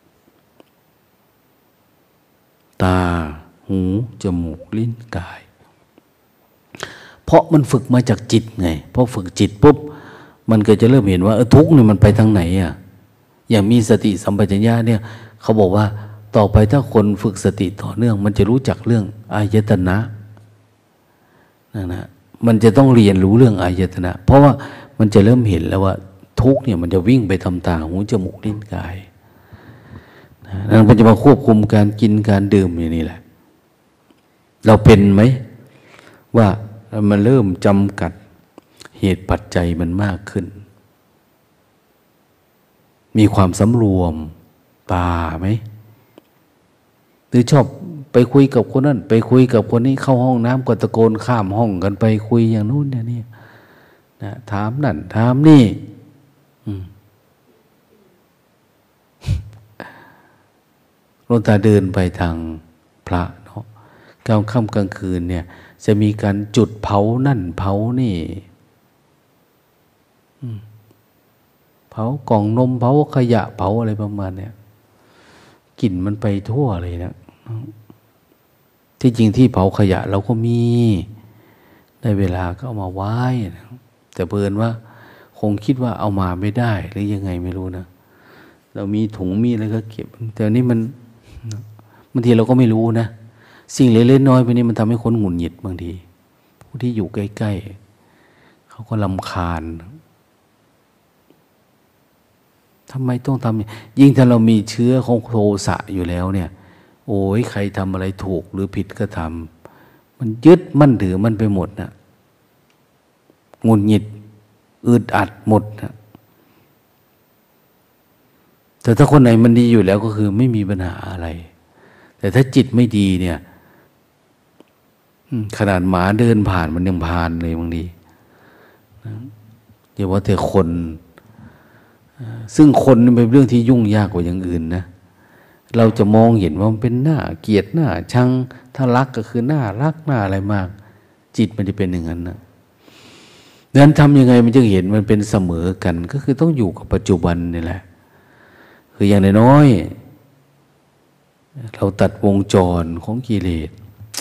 ตาหูจมูกลิ้นกายเพราะมันฝึกมาจากจิตไงพอฝึกจิตปุ๊บมันก็จะเริ่มเห็นว่าเออทุกข์นี่มันไปทางไหนอ่ะอย่างมีสติสัมปชัญญะเนี่ยเขาบอกว่าต่อไปถ้าคนฝึกสติต่อเนื่องมันจะรู้จักเรื่องอายตนะนะนะมันจะต้องเรียนรู้เรื่องอายตนะเพราะว่ามันจะเริ่มเห็นแล้วว่าทุกข์เนี่ยมันจะวิ่งไปทำตาหูจมูกลิ้นกายนั่นมันจะมาควบคุมการกินการดื่มอย่างนี้แหละเราเป็นไหมว่ามันเริ่มจำกัดเหตุปัจจัยมันมากขึ้นมีความสำรวมตาไหมหรือชอบไปคุยกับคนนั้นไปคุยกับคนนี้เข้าห้องน้ำก็ตะโกนข้ามห้องกันไปคุยอย่างนู้นอย่างนี้นะถามนั่นถามนี่หลวงตาเดินไปทางพระเนาะกลางค่ำกลางคืนเนี่ยจะมีการจุดเผานั่นเผานี่เผากล่องนมเผาขยะเผาอะไรประมาณเนี้ยกลิ่นมันไปทั่วเลยนะที่จริงที่เผาขยะเราก็มีได้เวลาก็เอามาไว้นะแต่เพิ่นว่าคงคิดว่าเอามาไม่ได้หรือยังไงไม่รู้นะเรามีถุงมีอะไรก็เก็บแต่นี่มันบางทีเราก็ไม่รู้นะสิ่งเล็กๆน้อยๆไปนี่มันทำให้คนหงุดหงิดบางทีผู้ที่อยู่ใกล้ๆเขาก็รำคาญทำไมต้องทำยิ่งถ้าเรามีเชื้อของโทสะอยู่แล้วเนี่ยโอ้ยใครทำอะไรถูกหรือผิดก็ทำมันยึดมั่นถือมันไปหมดนะหงุดหงิดอึดอัดหมดนะแต่ถ้าคนไหนมันดีอยู่แล้วก็คือไม่มีปัญหาอะไรแต่ถ้าจิตไม่ดีเนี่ยขนาดหมาเดินผ่านมันยังผ่านเลยบางทีอย่าว่าแต่คนซึ่งคนนี่เป็นเรื่องที่ยุ่งยากกว่าอย่างอื่นนะเราจะมองเห็นว่ามันเป็นหน้าเกลียดหน้าชังถ้ารักก็คือหน้ารักหน้าอะไรมากจิตมันจะเป็นอย่างนั้นนะดังนั้นทำยังไงมันจึงเห็นมันเป็นเสมอกันก็คือต้องอยู่กับปัจจุบันนี่แหละคืออย่างน้อยๆเราตัดวงจรของกิเลส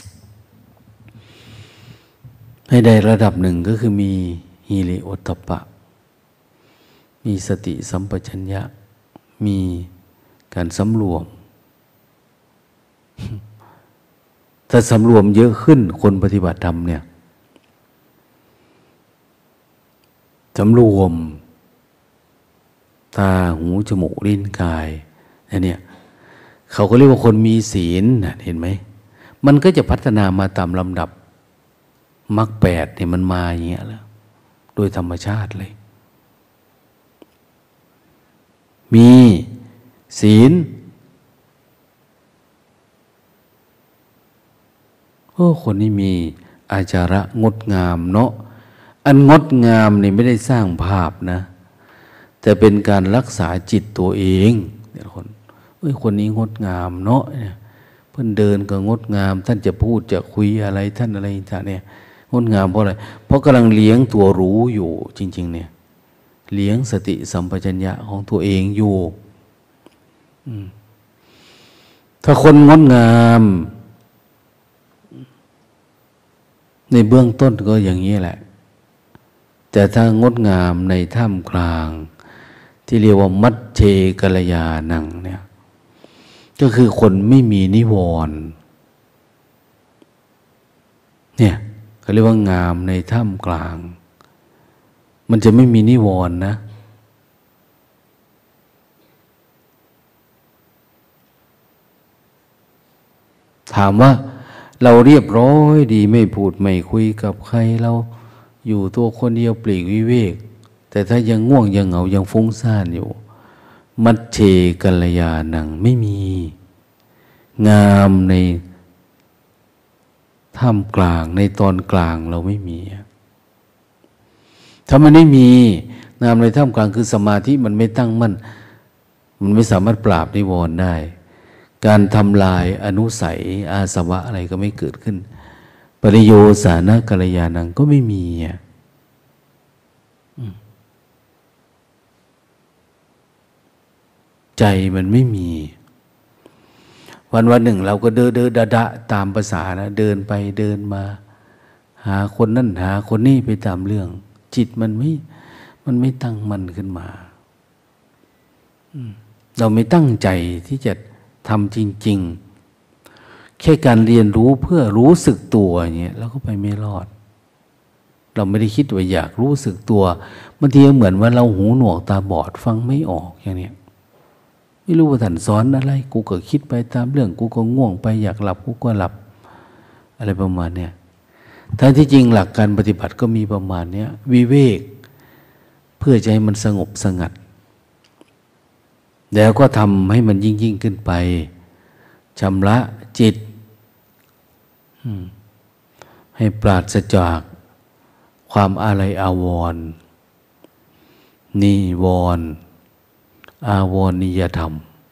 ให้ได้ระดับหนึ่งก็คือมีหิริโอตตัปปะมีสติสัมปชัญญะมีการสำรวมถ้าสำรวมเยอะขึ้นคนปฏิบัติธรรมเนี่ยสำรวมตาหูจมูกลิ้นกายอันเนี้ยเขาก็เรียกว่าคนมีศีลเห็นไหมมันก็จะพัฒนามาตามลำดับมรรคแปดเนี่ยมันมาอย่างเงี้ยแล้วโดยธรรมชาติเลยมีศีลโอ้คนนี้มีอาจาระงดงามเนาะอันงดงามนี่ไม่ได้สร้างภาพนะแต่เป็นการรักษาจิตตัวเองเนี่ยคนเอ้ยคนนี้งดงามเนาะเนี่ยเพิ่นเดินก็งดงามท่านจะพูดจะคุยอะไรท่านอะไรต่างเนี่ยงดงามเพราะอะไรเพราะกำลังเลี้ยงตัวรู้อยู่จริงๆเนี่ยเลี้ยงสติสัมปชัญญะของตัวเองอยู่ถ้าคนงดงามในเบื้องต้นก็อย่างนี้แหละแต่ถ้างดงามในท่ามกลางที่เรียกว่ามัชเชกัลยาณังเนี่ยก็คือคนไม่มีนิวรณ์เนี่ยเขาเรียกว่างามในท่ามกลางมันจะไม่มีนิวรณ์นะถามว่าเราเรียบร้อยดีไม่พูดไม่คุยกับใครเราอยู่ตัวคนเดียวปลีกวิเวกแต่ถ้ายังง่วงยังเหงายังฟุ้งซ่านอยู่มัชเชกัลยาณังไม่มีงามในท่ามกลางในตอนกลางเราไม่มีถ้ามันไม่มีงามในท่ามกลางคือสมาธิมันไม่ตั้งมั่นมันไม่สามารถปราบนิวรณ์ได้การทำลายอนุสัยอาสวะอะไรก็ไม่เกิดขึ้นปริโยสานกัลยาณังก็ไม่มีอ่ะใจมันไม่มีวันวันหนึ่งเราก็เดินเดินดะดะตามภาษานะเดินไปเดินมาหาคนนั่นหาคนนี้ไปตามเรื่องจิตมันไม่มันไม่ตั้งมั่นขึ้นมาเราไม่ตั้งใจที่จะทำจริงๆแค่การเรียนรู้เพื่อรู้สึกตัวอย่างเงี้ยแล้วก็ไปไม่รอดเราไม่ได้คิดว่าอยากรู้สึกตัวบางทีเหมือนว่าเราหูหนวกตาบอดฟังไม่ออกอย่างเนี้ยไม่รู้ว่าท่านสอนอะไรกูก็คิดไปตามเรื่องกูก็ง่วงไปอยากหลับกูก็หลับอะไรประมาณเนี้ยทั้งที่จริงหลักการปฏิบัติก็มีประมาณเนี้ยวิเวกเพื่อจะให้มันสงบสงัดแล้วก็ทำให้มันยิ่งยิ่งขึ้นไปชำระจิตให้ปราศจากความอาลัยอาวรณ์นิวรณ์อาวรณียธรรม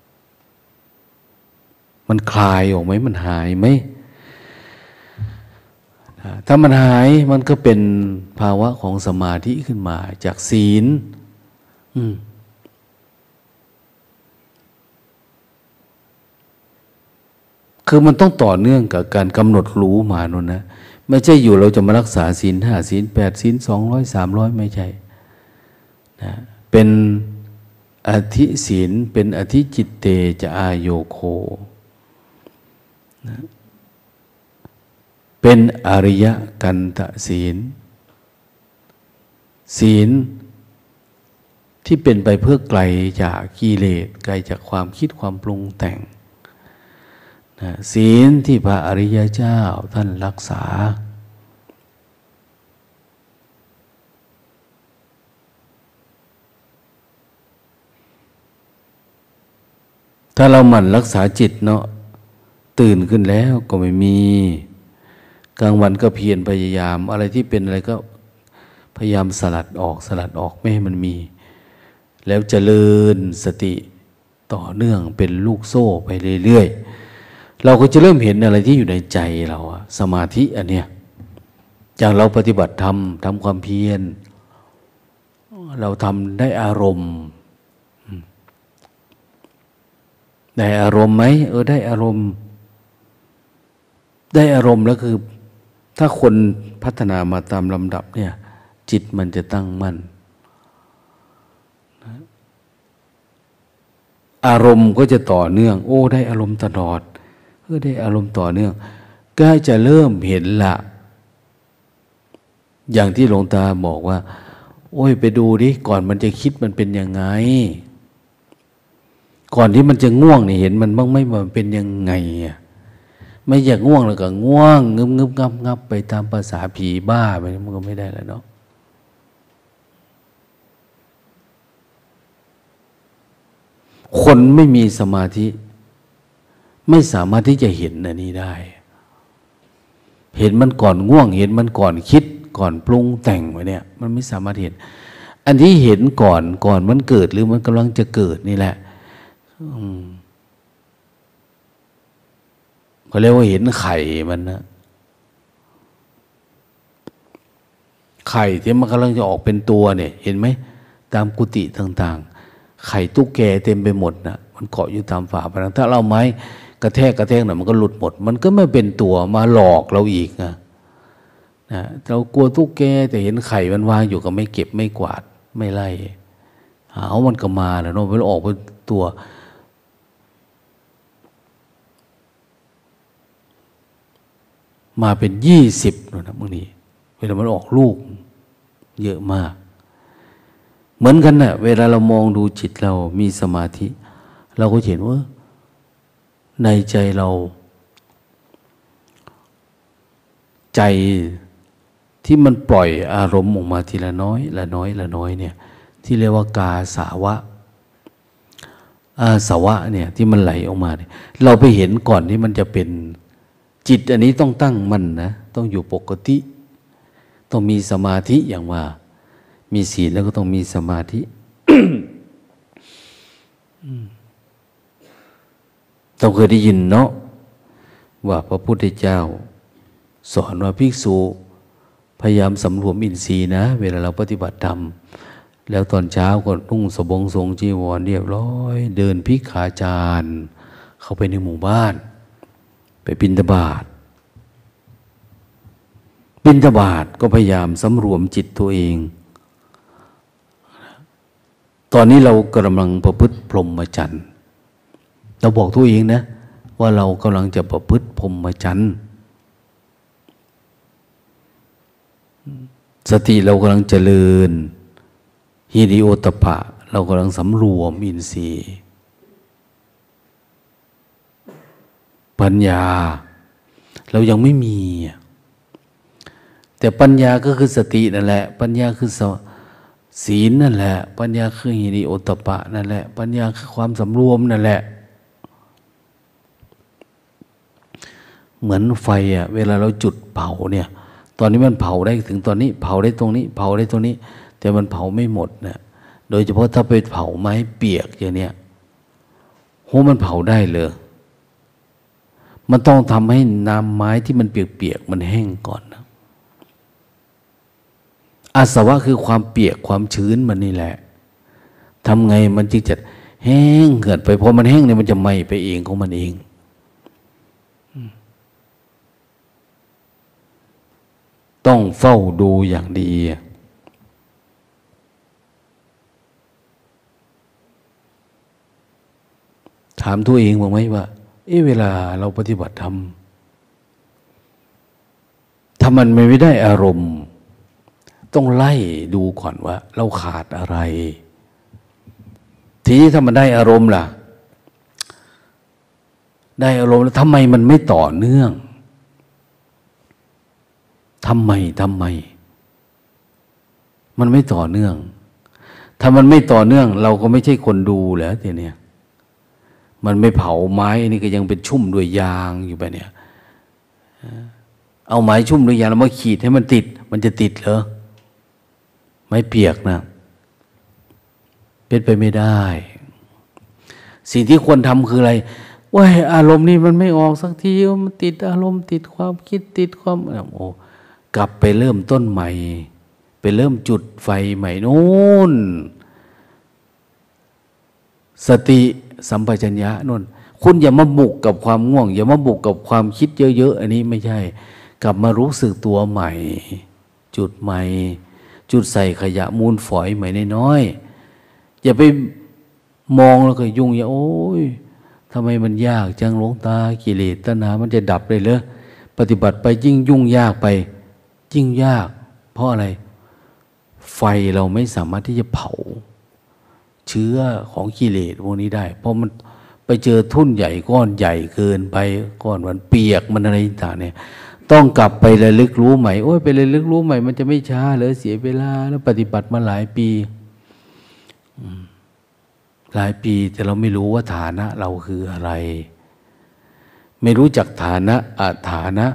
มันคลายออกไหมมันหายไหมถ้ามันหายมันก็เป็นภาวะของสมาธิขึ้นมาจากศีลคือมันต้องต่อเนื่องกับการกำหนดรู้มาโน่นนะไม่ใช่อยู่เราจะมารักษาศีลห้าศีลแปดศีลสองร้อยสามร้อยไม่ใช่นะเป็นอธิศีลเป็นอธิจิตเตจะอายโยโคนะเป็นอริยกันตศีลศีลที่เป็นไปเพื่อไกลจากกิเลสไกลจากความคิดความปรุงแต่งนะศีลที่พระอริยเจ้าท่านรักษาถ้าเราหมั่นรักษาจิตเนาะตื่นขึ้นแล้วก็ไม่มีกลางวันก็เพียรพยายามอะไรที่เป็นอะไรก็พยายามสลัดออกสลัดออกไม่ให้มันมีแล้วเจริญสติต่อเนื่องเป็นลูกโซ่ไปเรื่อยๆเราก็จะเริ่มเห็นอะไรที่อยู่ในใจเราอะสมาธิอันเนี้ยอย่างเราปฏิบัติธรรมทำความเพียรเราทำได้อารมณ์ได้อารมณ์ไหมเออได้อารมณ์ได้อารมณ์แล้วคือถ้าคนพัฒนามาตามลำดับเนี่ยจิตมันจะตั้งมั่นอารมณ์ก็จะต่อเนื่องโอ้ได้อารมณ์ตลอดเออได้อารมณ์ต่อเนื่องก็จะเริ่มเห็นละอย่างที่หลวงตาบอกว่าโอ้ยไปดูดิก่อนมันจะคิดมันเป็นยังไงก่อนที่มันจะง่วงนี่เห็นมันบ้างไหมมันเป็นยังไงอ่ะไม่อยากง่วงแล้วก็ง่วงงึบงึบงับงับไปตามภาษาผีบ้าไปมันก็ไม่ได้แล้วเนาะคนไม่มีสมาธิไม่สามารถที่จะเห็นอันนี้ได้เห็นมันก่อนง่วงเห็นมันก่อนคิดก่อนปรุงแต่งไว้เนี่ยมันไม่สามารถเห็นอันที่เห็นก่อนก่อนมันเกิดหรือมันกำลังจะเกิดนี่แหละเขาเรียกว่าเห็นไข่มันนะไข่ที่มันกำลังจะออกเป็นตัวเนี่ยเห็นไหมตามกุฏิต่างๆไข่ตุ๊กแกเต็มไปหมดนะมันเกาะอยู่ตามฝาผนังถ้าเราไม้กระแทกกระแทกหน่อยมันก็หลุดหมดมันก็ไม่เป็นตัวมาหลอกเราอีกนะนะเรากลัวตุ๊กแกแต่เห็นไข่มันวางอยู่ก็ไม่เก็บไม่กวาดไม่ไล่หามันก็มาแล้วเนาะมันออกเป็นตัวมาเป็นยี่สิบนะบางทีเวลามันออกลูกเยอะมากเหมือนกันนะ่ะเวลาเรามองดูจิตเรามีสมาธิเราก็เห็นว่าในใจเราใจที่มันปล่อยอารมณ์ออกมาทีละน้อยละน้อยละน้อยเนี่ยที่เรียกว่ากาสาวะอาสวะเนี่ยที่มันไหลออกมาเนี่ยเราไปเห็นก่อนที่มันจะเป็นจิตอันนี้ต้องตั้งมั่นนะต้องอยู่ปกติต้องมีสมาธิอย่างว่ามีศีลแล้วก็ต้องมีสมาธิ ต้องเคยได้ยินเนาะว่าพระพุทธเจ้าสอนว่าภิกษุพยายามสำรวมอินทรีย์นะเวลาเราปฏิบัติธรรมแล้วตอนเช้าก็นุ่งสบงทรงจีวรเรียบร้อยเดินภิกขาจารเข้าไปในหมู่บ้านไปบิณฑบาตบิณฑบาตก็พยายามสำรวมจิตตัวเองตอนนี้เรากำลังประพฤติพรหมจรรย์เราบอกตัวเองนะว่าเรากำลังจะประพฤติพรหมจรรย์สติเรากำลังเจริญฮิริโอตปะเรากำลังสำรวมอินทรีย์ปัญญาเรายังไม่มีแต่ปัญญาก็คือสตินั่นแหละปัญญาคือศีลนั่นแหละปัญญาคือฮิริโอตปะนั่นแหละปัญญาคือความสำรวมนั่นแหละเหมือนไฟอ่ะเวลาเราจุดเผาเนี่ยตอนนี้มันเผาได้ถึงตอนนี้เผาได้ตรงนี้เผาได้ตรงนี้แต่มันเผาไม่หมดนะโดยเฉพาะถ้าไปเผาไม้เปียกอย่างเนี้ยโหมันเผาได้เลยมันต้องทำให้น้ำไม้ที่มันเปียกๆมันแห้งก่อนนะอาสวะคือความเปียกความชื้นมันนี่แหละทำไงมันจึงจะแห้งเกิดไปพอมันแห้งเนี่ยมันจะไหม้ไปเองของมันเองต้องเฝ้าดูอย่างดีถามตัวเองบ้างไหมว่าเอ๊ะเวลาเราปฏิบัติธรรมถ้ามันไม่ได้อารมณ์ต้องไล่ดูก่อนว่าเราขาดอะไรทีนี้ถ้ามันได้อารมณ์ล่ะได้อารมณ์แล้วทำไมมันไม่ต่อเนื่องทำไมทำไมมันไม่ต่อเนื่องถ้ามันไม่ต่อเนื่องเราก็ไม่ใช่คนดูแล้วทีเนี้ยมันไม่เผาไม้นี่ก็ยังเป็นชุ่มด้วยยางอยู่ไปเนี่ยเอาไม้ชุ่มด้วยยางแล้วมาขีดให้มันติดมันจะติดเหรอไม้เปียกนะเป็นไปไม่ได้สิ่งที่ควรทำคืออะไรว่าอารมณ์นี้มันไม่ออกสักทีมันติดอารมณ์ติดความคิดติดความโอ้กลับไปเริ่มต้นใหม่ไปเริ่มจุดไฟใหม่นู่นสติสัมปชัญญะนู่นคุณอย่ามาบุกกับความง่วงอย่ามาบุกกับความคิดเยอะๆอันนี้ไม่ใช่กลับมารู้สึกตัวใหม่จุดใหม่จุดใส่ขยะมูลฝอยใหม่น้อยๆอย่าไปมองแล้วก็ยุ่งอย่าโอ้ยทำไมมันยากจังหลวงตากิเลสตัณหามันจะดับเลยเหรอปฏิบัติไปยิ่งยุ่งยากไปยิ่งยากเพราะอะไรไฟเราไม่สามารถที่จะเผาเชื้อของกิเลสพวกนี้ได้เพราะมันไปเจอทุ่นใหญ่ก้อนใหญ่เกินไปก้อนมันเปียกมันอะไรต่างเนี่ยต้องกลับไประลึกรู้ใหม่โอ้ยไประลึกรู้ใหม่มันจะไม่ช้าเลยเสียเวลาแล้วปฏิบัติมาหลายปีหลายปีแต่เราไม่รู้ว่าฐานะเราคืออะไรไม่รู้จักฐานะอาฐานะ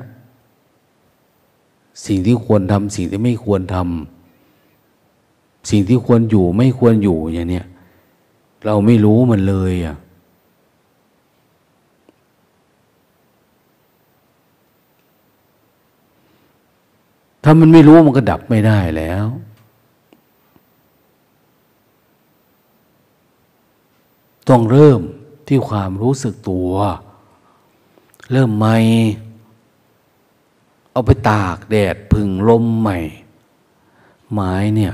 สิ่งที่ควรทำสิ่งที่ไม่ควรทำสิ่งที่ควรอยู่ไม่ควรอยู่อย่างเนี้ยเราไม่รู้มันเลยอ่ะถ้ามันไม่รู้มันก็ดับไม่ได้แล้วต้องเริ่มที่ความรู้สึกตัวเริ่มใหม่เอาไปตากแดดพึ่งลมใหม่ไม้เนี่ย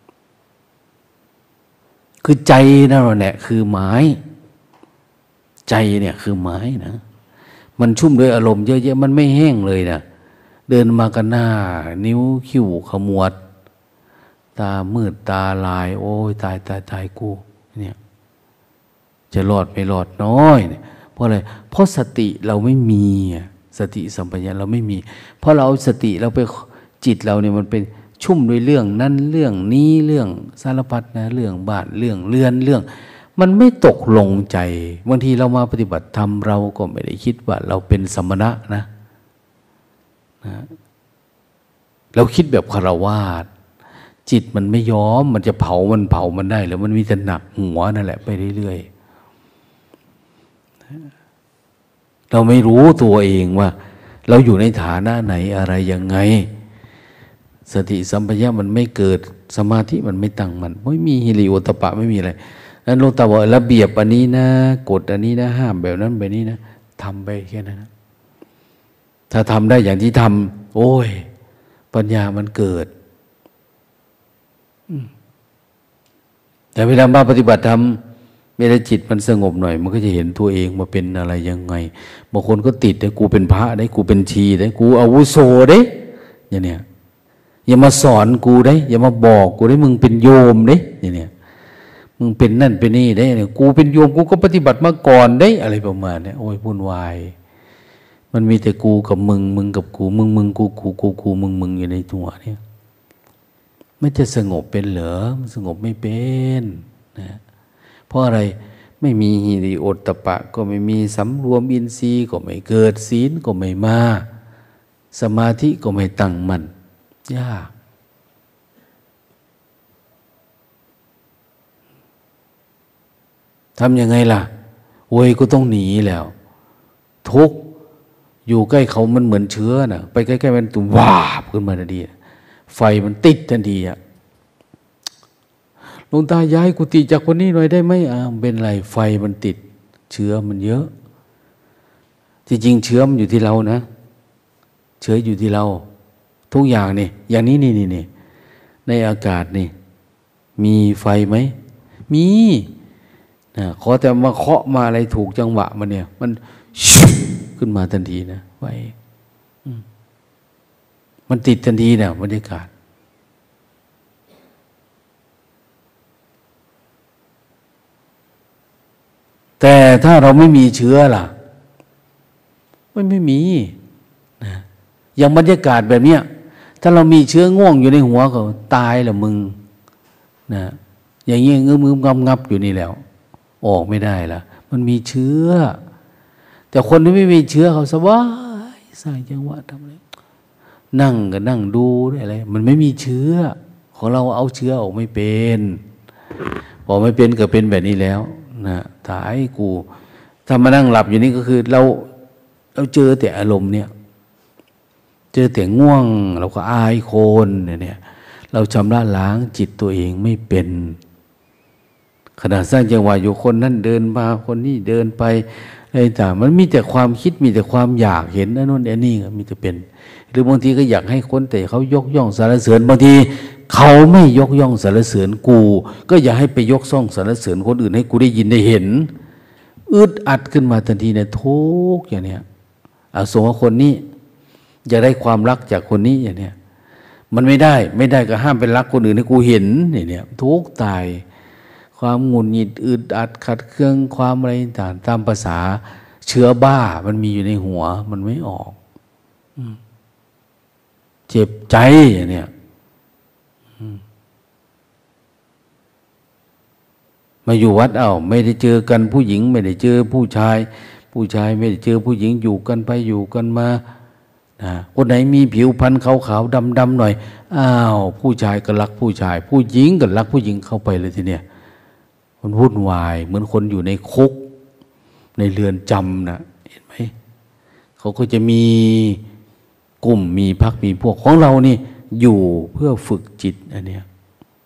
คือใจนั่นแหละคือไม้ใจเนี่ยคือไม้นะมันชุ่มด้วยอารมณ์เยอะแยะมันไม่แห้งเลยนะเดินมากันหน้านิ้วคิ้วขมวดตามืดตาลายโอ้ยตายตายตายกูเนี่ยจะรอดไม่รอดน้อยเนี่ยเพราะอะไรเพราะสติเราไม่มีสติสัมปชัญญะเราไม่มีเพราะเราเอาสติเราไปจิตเราเนี่ยมันเป็นชุ่มด้วยเรื่องนั้นเรื่องนี้เรื่องสารพัดนะเรื่องบ้านเรื่องเรือนเรื่องมันไม่ตกลงใจบางทีเรามาปฏิบัติธรรมเราก็ไม่ได้คิดว่าเราเป็นสมณะนะนะเราคิดแบบคฤหัสถ์จิตมันไม่ยอมมันจะเผามันเผามันได้แล้วมันมีแต่หนักหัวนั่นแหละไปเรื่อยๆเราไม่รู้ตัวเองว่าเราอยู่ในฐานะไหนอะไรยังไงสติสัมปชัญญะมันไม่เกิดสมาธิมันไม่ตั้งมันไม่มีฮิริโอตปะไม่มีอะไรนั้นหลวงตาบอกระเบียบอันนี้นะกฎอันนี้นะห้ามแบบนั้นแบบนี้นะทำไปแค่นั้นนะถ้าทำได้อย่างที่ทำโอ้ยปัญญามันเกิดแต่เวลามาปฏิบัติธรรมเวลาจิตมันสงบหน่อยมันก็จะเห็นตัวเองมาเป็นอะไรยังไงบางคนก็ติดได้กูเป็นพระได้กูเป็นชีได้กูอาวุโสได้อย่างเนี้ยอย่ามาสอนกูได้อย่ามาบอกกูได้มึงเป็นโยมได้อย่างเนี้ยมึงเป็นนั่นเป็นนี่ได้เนี่ยกูเป็นโยมกูก็ปฏิบัติมาก่อนได้อะไรประมาณนี้โอ้ยวุ่นวายมันมีแต่กูกับมึงมึงกับกูมึงมึงกูกูกูกูมึงมึงอยู่ในตัวเนี่ยไม่จะสงบเป็นเหรอมันสงบไม่เป็นนะเพราะอะไรไม่มีหิริโอตตัปปะก็ไม่มีสำรวมอินทรีย์ก็ไม่เกิดศีลก็ไม่มาสมาธิก็ไม่ตั้งมั่นยากทำยังไงล่ะโว้ยก็ต้องหนีแล้วทุกข์อยู่ใกล้เขามันเหมือนเชื้อน่ะไปใกล้ๆมันตุ่มวาบขึ้นมาทันทีไฟมันติดทันทีอ่ะหลวงตาย้ายกุฏิจากคนนี้หน่อยได้ไหมอ่าเป็นไรไฟมันติดเชื้อมันเยอะที่จริงเชื้อมันอยู่ที่เรานะเชื้ออยู่ที่เราทุกอย่างนี่อย่างนี้นี่นี่นี่ในอากาศนี่มีไฟไหมมีนะขอแต่มาเคาะมาอะไรถูกจังหวะมันเนี่ยมันขึ้นมาทันทีนะไฟมันติดทันทีนะบรรยากาศแต่ถ้าเราไม่มีเชื้อล่ะไม่ไม่มีนะอย่างบรรยากาศแบบเนี้ยถ้าเรามีเชื้อง่วงอยู่ในหัวก็ตายแล้วมึงนะอย่างเงี้ยงึมงึมงับงับอยู่นี่แล้วออกไม่ได้ละมันมีเชื้อแต่คนที่ไม่มีเชื้อเขาสบายสร้างจังหวะทำอะไรนั่งก็นั่งดูได้อะไรมันไม่มีเชื้อของเราเอาเชื้อออกไม่เป็นพอไม่เป็นก็เป็นแบบนี้แล้วนะตายกูถ้ามานั่งหลับอยู่นี่ก็คือเราเราเจอแต่อารมณ์เนี่ยเจอแต่ง่วงเราก็อายโคนเนี่ยเราชำระล้างจิตตัวเองไม่เป็นขณะสร้างจังหวะอยู่คนนั้นเดินมาคนนี้เดินไปอะไรต่างมันมีแต่ความคิดมีแต่ความอยากเห็นนั่นนู่นอันนี้มีแต่เป็นหรือบางทีก็อยากให้คนแต่เขายกย่องสรรเสริญบางทีเขาไม่ยกย่องสรรเสริญกูก็อย่าให้ไปยกซ่องสรรเสริญคนอื่นให้กูได้ยินได้เห็นอึดอัดขึ้นมาทันทีเนี่ยทุกอย่างเนี้ยอาสมว่าคนนี้อยากได้ความรักจากคนนี้อย่างเนี้ยมันไม่ได้ไม่ได้ก็ห้ามไปรักคนอื่นให้กูเห็นเนี่ยทุกตายความหงุดหงิดอึดอัดขัดเคืองความอะไรต่างตามภาษาเชื้อบ้ามันมีอยู่ในหัวมันไม่ออกเจ็บใจอย่างเนี้ยมาอยู่วัดเอาไม่ได้เจอกันผู้หญิงไม่ได้เจอผู้ชายผู้ชายไม่ได้เจอผู้หญิงอยู่กันไปอยู่กันมาคนไหนมีผิวพรรณขาวๆดำๆหน่อยอ้าวผู้ชายก็รักผู้ชายผู้หญิงก็รักผู้หญิงเข้าไปเลยทีเนี้ยมันวุ่นวายเหมือนคนอยู่ในคุกในเรือนจำนะเห็นไหมเขาก็จะมีกลุ่มมีพรรคมีพวกของเรานี่อยู่เพื่อฝึกจิตอันเนี้ย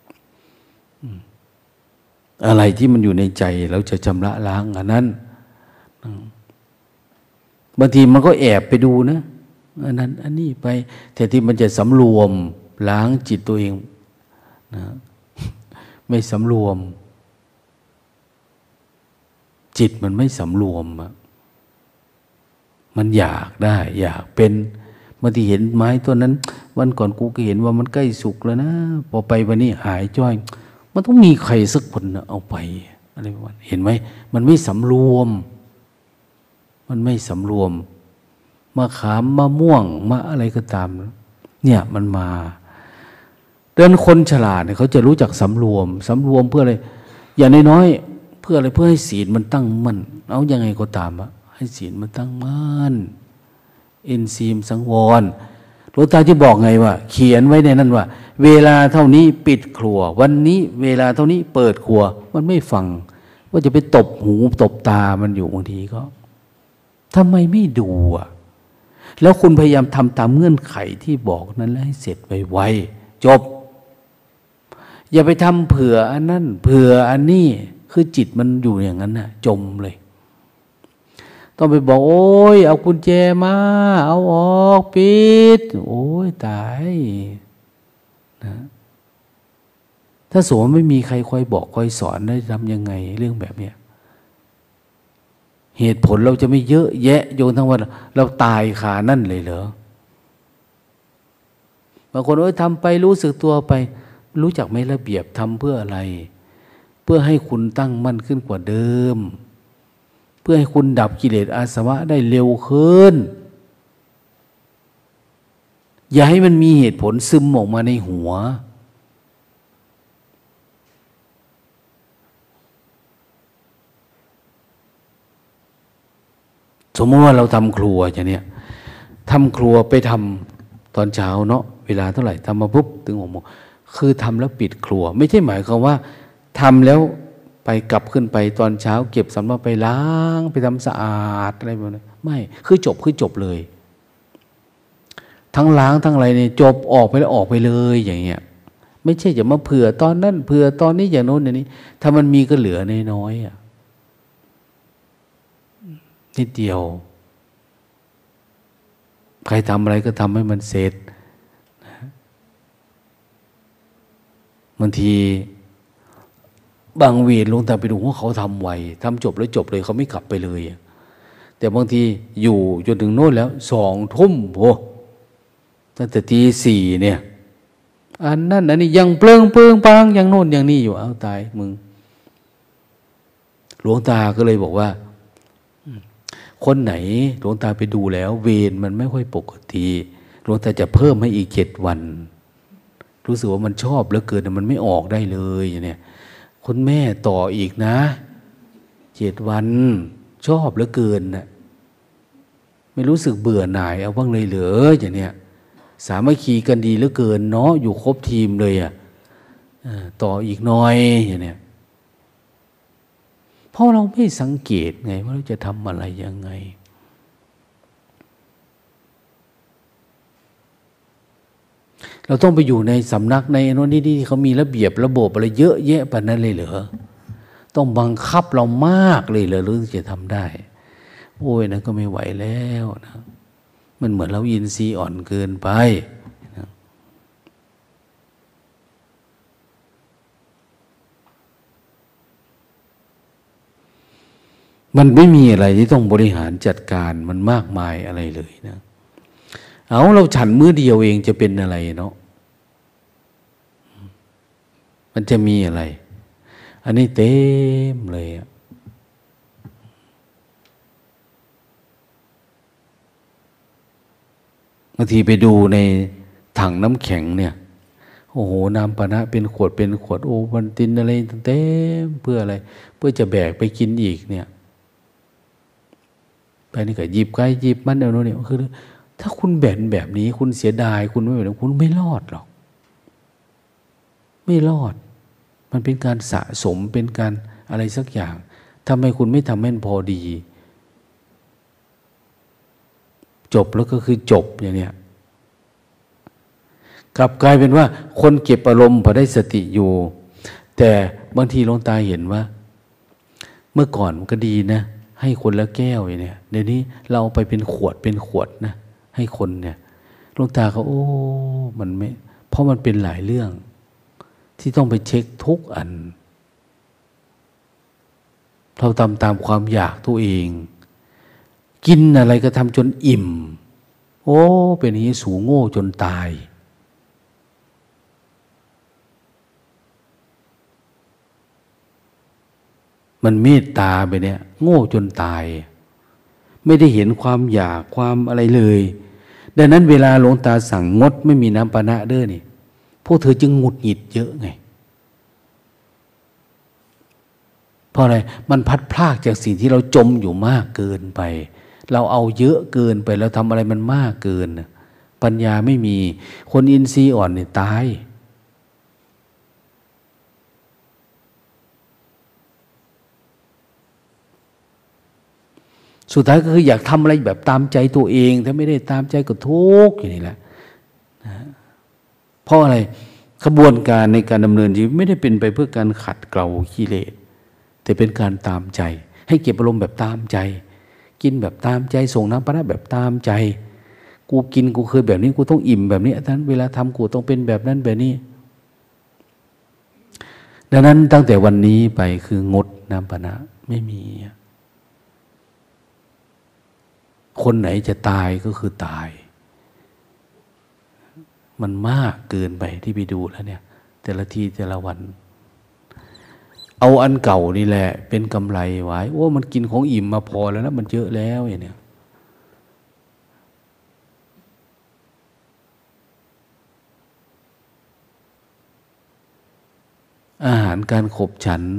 อะไรที่มันอยู่ในใจเราจะชำระล้างอันนั้นบางทีมันก็แอบไปดูนะอันนั้นอันนี้ไปแต่ที่มันจะสำรวมล้างจิตตัวเองนะไม่สำรวมจิตมันไม่สำรวมอะมันอยากได้อยากเป็นบางทีเห็นไม้ต้นนั้นวันก่อนกูก็เห็นว่ามันใกล้สุกแล้วนะพอไปวันนี้หายจ้อยมันต้องมีใครสักคนเอาไปอะไรประมาณเห็นไหมมันไม่สำรวมมันไม่สำรวมมะขามมะม่วงมะอะไรก็ตามเนี่ยมันมาดังนั้นคนฉลาดเนี่ยเขาจะรู้จักสำรวมสำรวมเพื่ออะไรอย่างน้อยๆเพื่ออะไรเพื่อให้ศีลมันตั้งมั่นเอายังไงก็ตามอะให้ศีลมันตั้งมั่นเอ็นซีมสังวรหลวงตาที่บอกไงว่าเขียนไว้ในนั้นว่าเวลาเท่านี้ปิดครัววันนี้เวลาเท่านี้เปิดครัวมันไม่ฟังว่าจะไปตบหูตบตามันอยู่บางทีก็ทำไมไม่ดูอ่ะแล้วคุณพยายามทำตามเงื่อนไขที่บอกนั้นแล้วให้เสร็จไวๆจบอย่าไปทำเผื่ออันนั้นเผื่ออันนี้คือจิตมันอยู่อย่างนั้นน่ะจมเลยต้องไปบอกโอ้ยเอากุญแจมาเอาออกปิดโอ้ยตายนะถ้าสมมติไม่มีใครคอยบอกคอยสอนได้ทำยังไงเรื่องแบบเนี้ยเหตุผลเราจะไม่เยอะแยะโยนทั้งวันเราตายขานั่นเลยเหรอบางคนเอ้ยทำไปรู้สึกตัวไปรู้จักไหมระเบียบทำเพื่ออะไรเพื่อให้คุณตั้งมั่นขึ้นกว่าเดิมเพื่อให้คุณดับกิเลสอาสวะได้เร็วขึ้นอย่าให้มันมีเหตุผลซึมออกมาในหัวสมมติว่าเราทำครัวอย่างเนี้ยทำครัวไปทำตอนเช้าเนาะเวลาเท่าไหร่ทำมาปุ๊บถึงหกโมงคือทำแล้วปิดครัวไม่ใช่หมายความว่าทำแล้วไปกลับขึ้นไปตอนเช้าเก็บสำรับไปล้างไปทำสะอาดอะไรแบบนี้ไม่คือจบคือจบเลยทั้งล้างทั้งอะไรเนี่ยจบออกไปแล้วออกไปเลยอย่างเงี้ยไม่ใช่จะมาเผื่อตอนนั้นเผื่อตอนนี้อย่างโน้นอย่างนี้ถ้ามันมีก็เหลือน้อยๆอ่ะนิดเดียวใครทำอะไรก็ทำให้มันเสร็จบางทีบางเวรลงแต่ไปดูว่าเขาทำไวทำจบแล้วจบเลยเขาไม่กลับไปเลยแต่บางทีอยู่จนถึงโน่นแล้วสองทุ่มโอ้ตั้งแต่ตีสี่เนี่ยอันนั้นอันนี้ยังเปลืองเปลืองปางยังโน่นยังนี่อยู่เอาตายมึงหลวงตาก็เลยบอกว่าคนไหนหลวงตาไปดูแล้วเวรมันไม่ค่อยปกติหลวงตาจะเพิ่มให้อีกเจ็ดวันรู้สึกว่ามันชอบเหลือเกินมันไม่ออกได้เลยอย่างเนี้ยคุณแม่ต่ออีกนะเจ็ดวันชอบเหลือเกินนะไม่รู้สึกเบื่อหน่ายเอาบ้างเลยเหรออย่างเนี้ยสามัคคีกันดีเหลือเกินเนาะอยู่ครบทีมเลยอ่ะต่ออีกหน่อยอย่างเนี้ยเพราะเราไม่สังเกตไงว่าเราจะทำอะไรยังไงเราต้องไปอยู่ในสำนักในโน่นนี่ที่เขามีระเบียบระบบอะไรเยอะแยะปานนั้นเลยเหรอต้องบังคับเรามากเลยเหรอหรือจะทำได้โอ้ยนะก็ไม่ไหวแล้วนะมันเหมือนเราอินทรีย์อ่อนเกินไปนะมันไม่มีอะไรที่ต้องบริหารจัดการมันมากมายอะไรเลยนะเอาเราฉันมื้อเดียวเองจะเป็นอะไรเนาะมันจะมีอะไรอันนี้เต็มเลยอะบางทีไปดูในถังน้ำแข็งเนี่ยโอ้โหน้ำปานะเป็นขวดเป็นขวดโอวันตินอะไรเต็มเพื่ออะไรเพื่อจะแบกไปกินอีกเนี่ยไปนี่ก็หยิบไก่หยิบมันเอาโน่นเนี่ยคือถ้าคุณแบ่นแบบนี้คุณเสียดายคุณไม่แบบนี้คุณไม่รอดหรอกไม่รอดมันเป็นการสะสมเป็นการอะไรสักอย่างทำไมคุณไม่ทำให้มันพอดีจบแล้วก็คือจบอย่างเนี้ยกลับกลายเป็นว่าคนเก็บอารมณ์พอได้สติอยู่แต่บางทีหลวงตาเห็นว่าเมื่อก่อนมันก็ดีนะให้คนละแก้วอย่างเนี้ยเดี๋ยวนี้เราเอาไปเป็นขวดเป็นขวดนะให้คนเนี่ยหลวงตาเขาโอ้มันไม่เพราะมันเป็นหลายเรื่องที่ต้องไปเช็คทุกอันเราทำตามความอยากตัวเองกินอะไรก็ทำจนอิ่มโอ้เป็นอย่างนี้สูงโง่จนตายมันเมตตาไปเนี่ยโง่จนตายไม่ได้เห็นความอยากความอะไรเลยดังนั้นเวลาหลวงตาสั่งงดไม่มีน้ำปานะเด้อนี่พวกเธอจึงหงุดหงิดเยอะไงเพราะอะไรมันพัดพลากจากสิ่งที่เราจมอยู่มากเกินไปเราเอาเยอะเกินไปแล้วทำอะไรมันมากเกินปัญญาไม่มีคนอินทรีย์อ่อนเนี่ยตายสุดท้ายก็คืออยากทำอะไรแบบตามใจตัวเองถ้าไม่ได้ตามใจก็ทุกข์อย่างนี้แหละนะเพราะอะไรขบวนการในการดำเนินชีวิตไม่ได้เป็นไปเพื่อการขัดเกลากิเลสแต่เป็นการตามใจให้เก็บอารมณ์แบบตามใจกินแบบตามใจส่งน้ำปานะแบบตามใจกูกินกูเคยแบบนี้กูต้องอิ่มแบบนี้ท่านเวลาทำกูต้องเป็นแบบนั้นแบบนี้ดังนั้นตั้งแต่วันนี้ไปคืองดน้ำปานะไม่มีคนไหนจะตายก็คือตายมันมากเกินไปที่ไปดูแล้วเนี่ยแต่ละทีแต่ละวันเอาอันเก่านี่แหละเป็นกำไรไว้โอ้มันกินของอิ่มมาพอแล้วนะมันเยอะแล้วอย่างเนี้ยอาหารการขบฉัน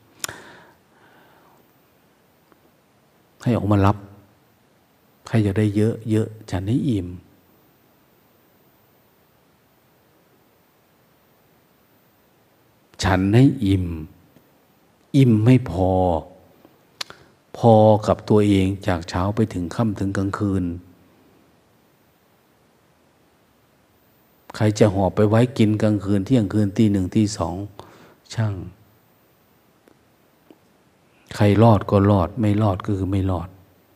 ให้ออกมารับใครจะได้เยอะเยอะฉันให้อิ่มฉันให้อิ่มอิ่มไม่พอพอกับตัวเองจากเช้าไปถึงค่ำถึงกลางคืนใครจะหอบไปไว้กินกลางคืนเที่ยงคืนตีหนึ่งตีสองช่างใครรอดก็รอดไม่รอดก็คือไม่รอด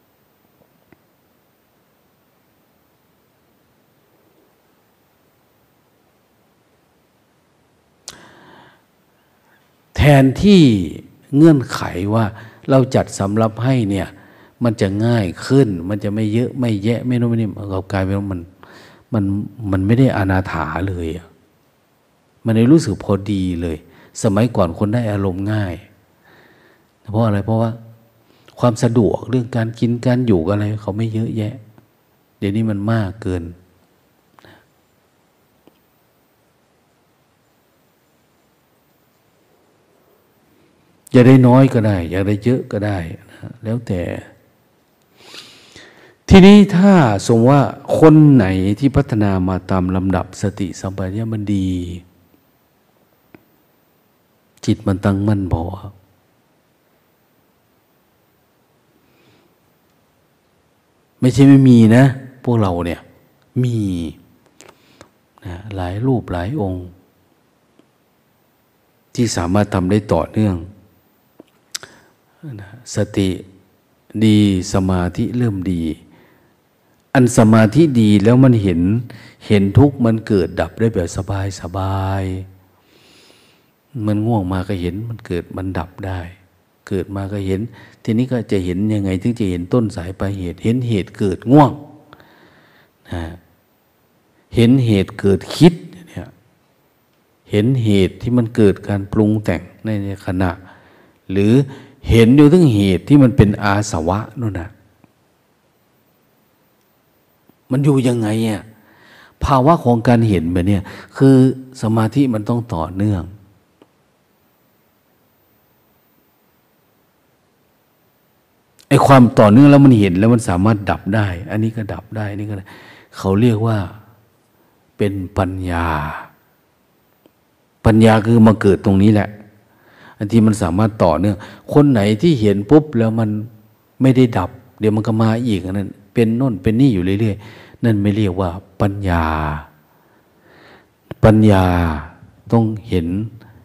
แทนที่เงื่อนไขว่าเราจัดสำรับให้เนี่ยมันจะง่ายขึ้นมันจะไม่เยอะไม่แยะไม่นู้นไม่นี่เรากลายเป็นว่ามันมันมันไม่ได้อนาถาเลยมันได้รู้สึกพอดีเลยสมัยก่อนคนได้อารมณ์ง่ายเพราะอะไรเพราะว่าความสะดวกเรื่องการกินการอยู่อะไรเขาไม่เยอะแยะเดี๋ยวนี้มันมากเกินอยากได้น้อยก็ได้อยากได้เยอะก็ได้นะแล้วแต่ทีนี้ถ้าสมมติว่าคนไหนที่พัฒนามาตามลำดับสติสัมปชัญญะมันดีจิตมันตั้งมั่นพอไม่ใช่ไม่มีนะพวกเราเนี่ยมีนะหลายรูปหลายองค์ที่สามารถทำได้ต่อเนื่องสติดีสมาธิเริ่มดีอันสมาธิดีแล้วมันเห็นเห็นทุกข์มันเกิดดับได้แบบสบายสบายมันง่วงมาก็เห็นมันเกิดมันดับได้เกิดมาก็เห็นทีนี้ก็จะเห็นยังไงถึงจะเห็นต้นสายปลายเหตุเห็นเหตุเกิดง่วงนะเห็นเหตุเกิดคิดเนี่ยเห็นเหตุที่มันเกิดการปรุงแต่งในขณะหรือเห็นอยู่ถึงเหตุที่มันเป็นอาสวะนู่นนะมันอยู่ยังไงอ่ะภาวะของการเห็นแบบนี้คือสมาธิมันต้องต่อเนื่องไอ้ความต่อเนื่องแล้วมันเห็นแล้วมันสามารถดับได้อันนี้ก็ดับได้อันนี้ก็ได้เขาเรียกว่าเป็นปัญญาปัญญาคือมาเกิดตรงนี้แหละอันที่มันสามารถต่อเนื่องคนไหนที่เห็นปุ๊บแล้วมันไม่ได้ดับเดี๋ยวมันก็มาอีกอันนั้นเป็นโน่นเป็นนี่อยู่เรื่อยๆนั่นไม่เรียกว่าปัญญาปัญญาต้องเห็น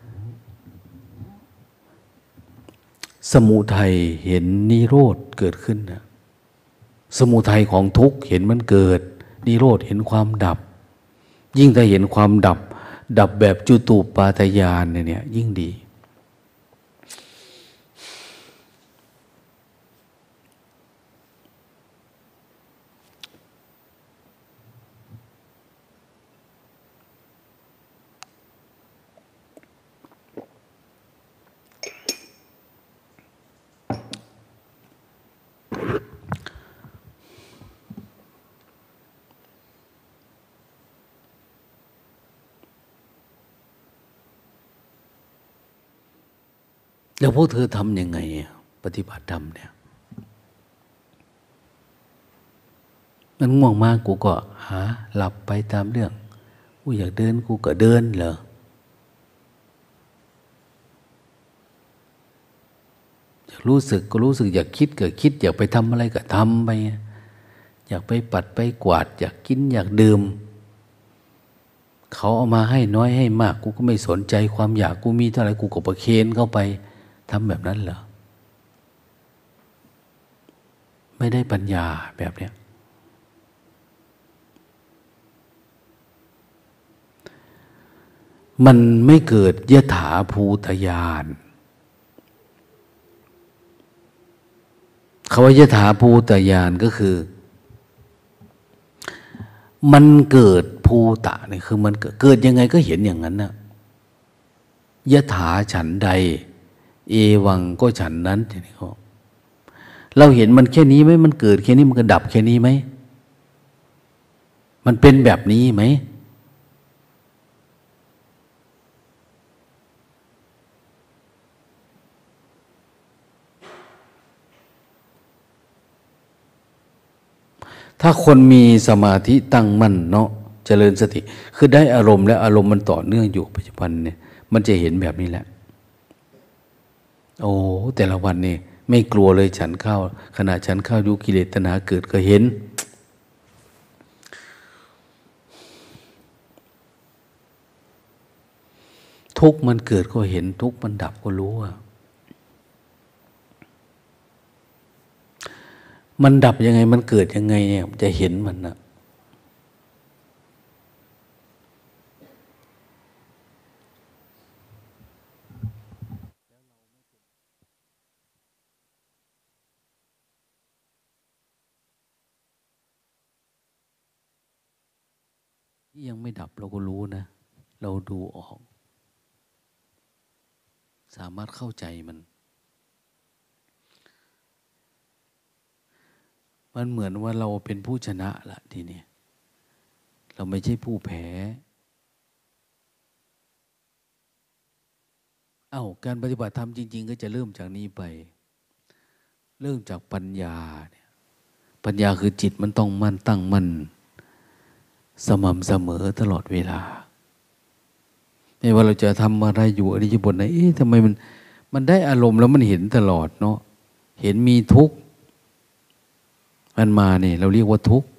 สมุทัยเห็นนิโรธเกิดขึ้นนะสมุทัยของทุกข์เห็นมันเกิดนิโรธเห็นความดับยิ่งถ้าเห็นความดับดับแบบจุตูปาทญาณเนี่ยยิ่งดีแล้วพวกเธอทำยังไงปฏิบัติธรรมเนี่ยมันง่วงมากกูก็หาหลับไปตามเรื่องกูอยากเดินกูก็เดินเหรออยากรู้สึกก็รู้สึกอยากคิดก็คิดอยากไปทำอะไรก็ทำไปอยากไปปัดไปกวาดอยากกินอยากดื่มเขาเอามาให้น้อยให้มากกูก็ไม่สนใจความอยากกูมีเท่าไหร่กูก็ประเคนเข้าไปทำแบบนั้นเหรอไม่ได้ปัญญาแบบเนี้ยมันไม่เกิดยถาภูตญาณคำว่ายถาภูตญาณก็คือมันเกิดภูตะเนี่ยคือมันเกิดเกิดยังไงก็เห็นอย่างนั้นนะยถาฉันใดเอวังก็ฉันนั้นทีนี้เขาเราเห็นมันแค่นี้ไหมมันเกิดแค่นี้มันก็ดับแค่นี้ไหมมันเป็นแบบนี้ไหมถ้าคนมีสมาธิตั้งมั่นเนาะเจริญสติคือได้อารมณ์แล้วอารมณ์มันต่อเนื่องอยู่ปัจจุบันเนี่ยมันจะเห็นแบบนี้แหละโอ้แต่ละวันนี่ไม่กลัวเลยฉันข้าวขณะฉันข้าวยุกิเลสตัณหาเกิดก็เห็นทุกข์มันเกิดก็เห็นทุกข์มันดับก็รู้อะมันดับยังไงมันเกิดยังไงเนี่ยจะเห็นมันนะที่ยังไม่ดับเราก็รู้นะเราดูออกสามารถเข้าใจมันมันเหมือนว่าเราเป็นผู้ชนะละทีนี้เราไม่ใช่ผู้แพ้เอ้าการปฏิบัติธรรมจริงๆก็จะเริ่มจากนี้ไปเริ่มจากปัญญาเนี่ยปัญญาคือจิตมันต้องมั่นตั้งมั่นสม่ำเสมอตลอดเวลาไม่ว่าเราจะทำอะไรอยู่อริยบทไหนเอ๊ะทำไมมันมันได้อารมณ์แล้วมันเห็นตลอดเนาะเห็นมีทุกข์มันมาเนี่ยเราเรียกว่าทุกข์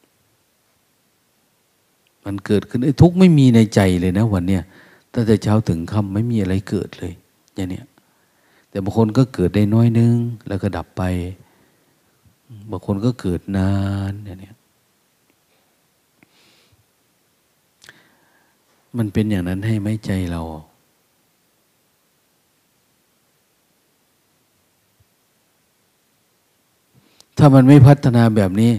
มันเกิดขึ้นไอ้ทุกข์ไม่มีในใจเลยนะวันเนี้ยตั้งแต่เช้าถึงค่ำไม่มีอะไรเกิดเลยอย่างเนี้ยแต่บางคนก็เกิดได้น้อยนึงแล้วก็ดับไปบางคนก็เกิดนานอย่างเนี้ยมันเป็นอย่างนั้นให้ไหมใจเราถ้ามันไม่พัฒนาแบบนี้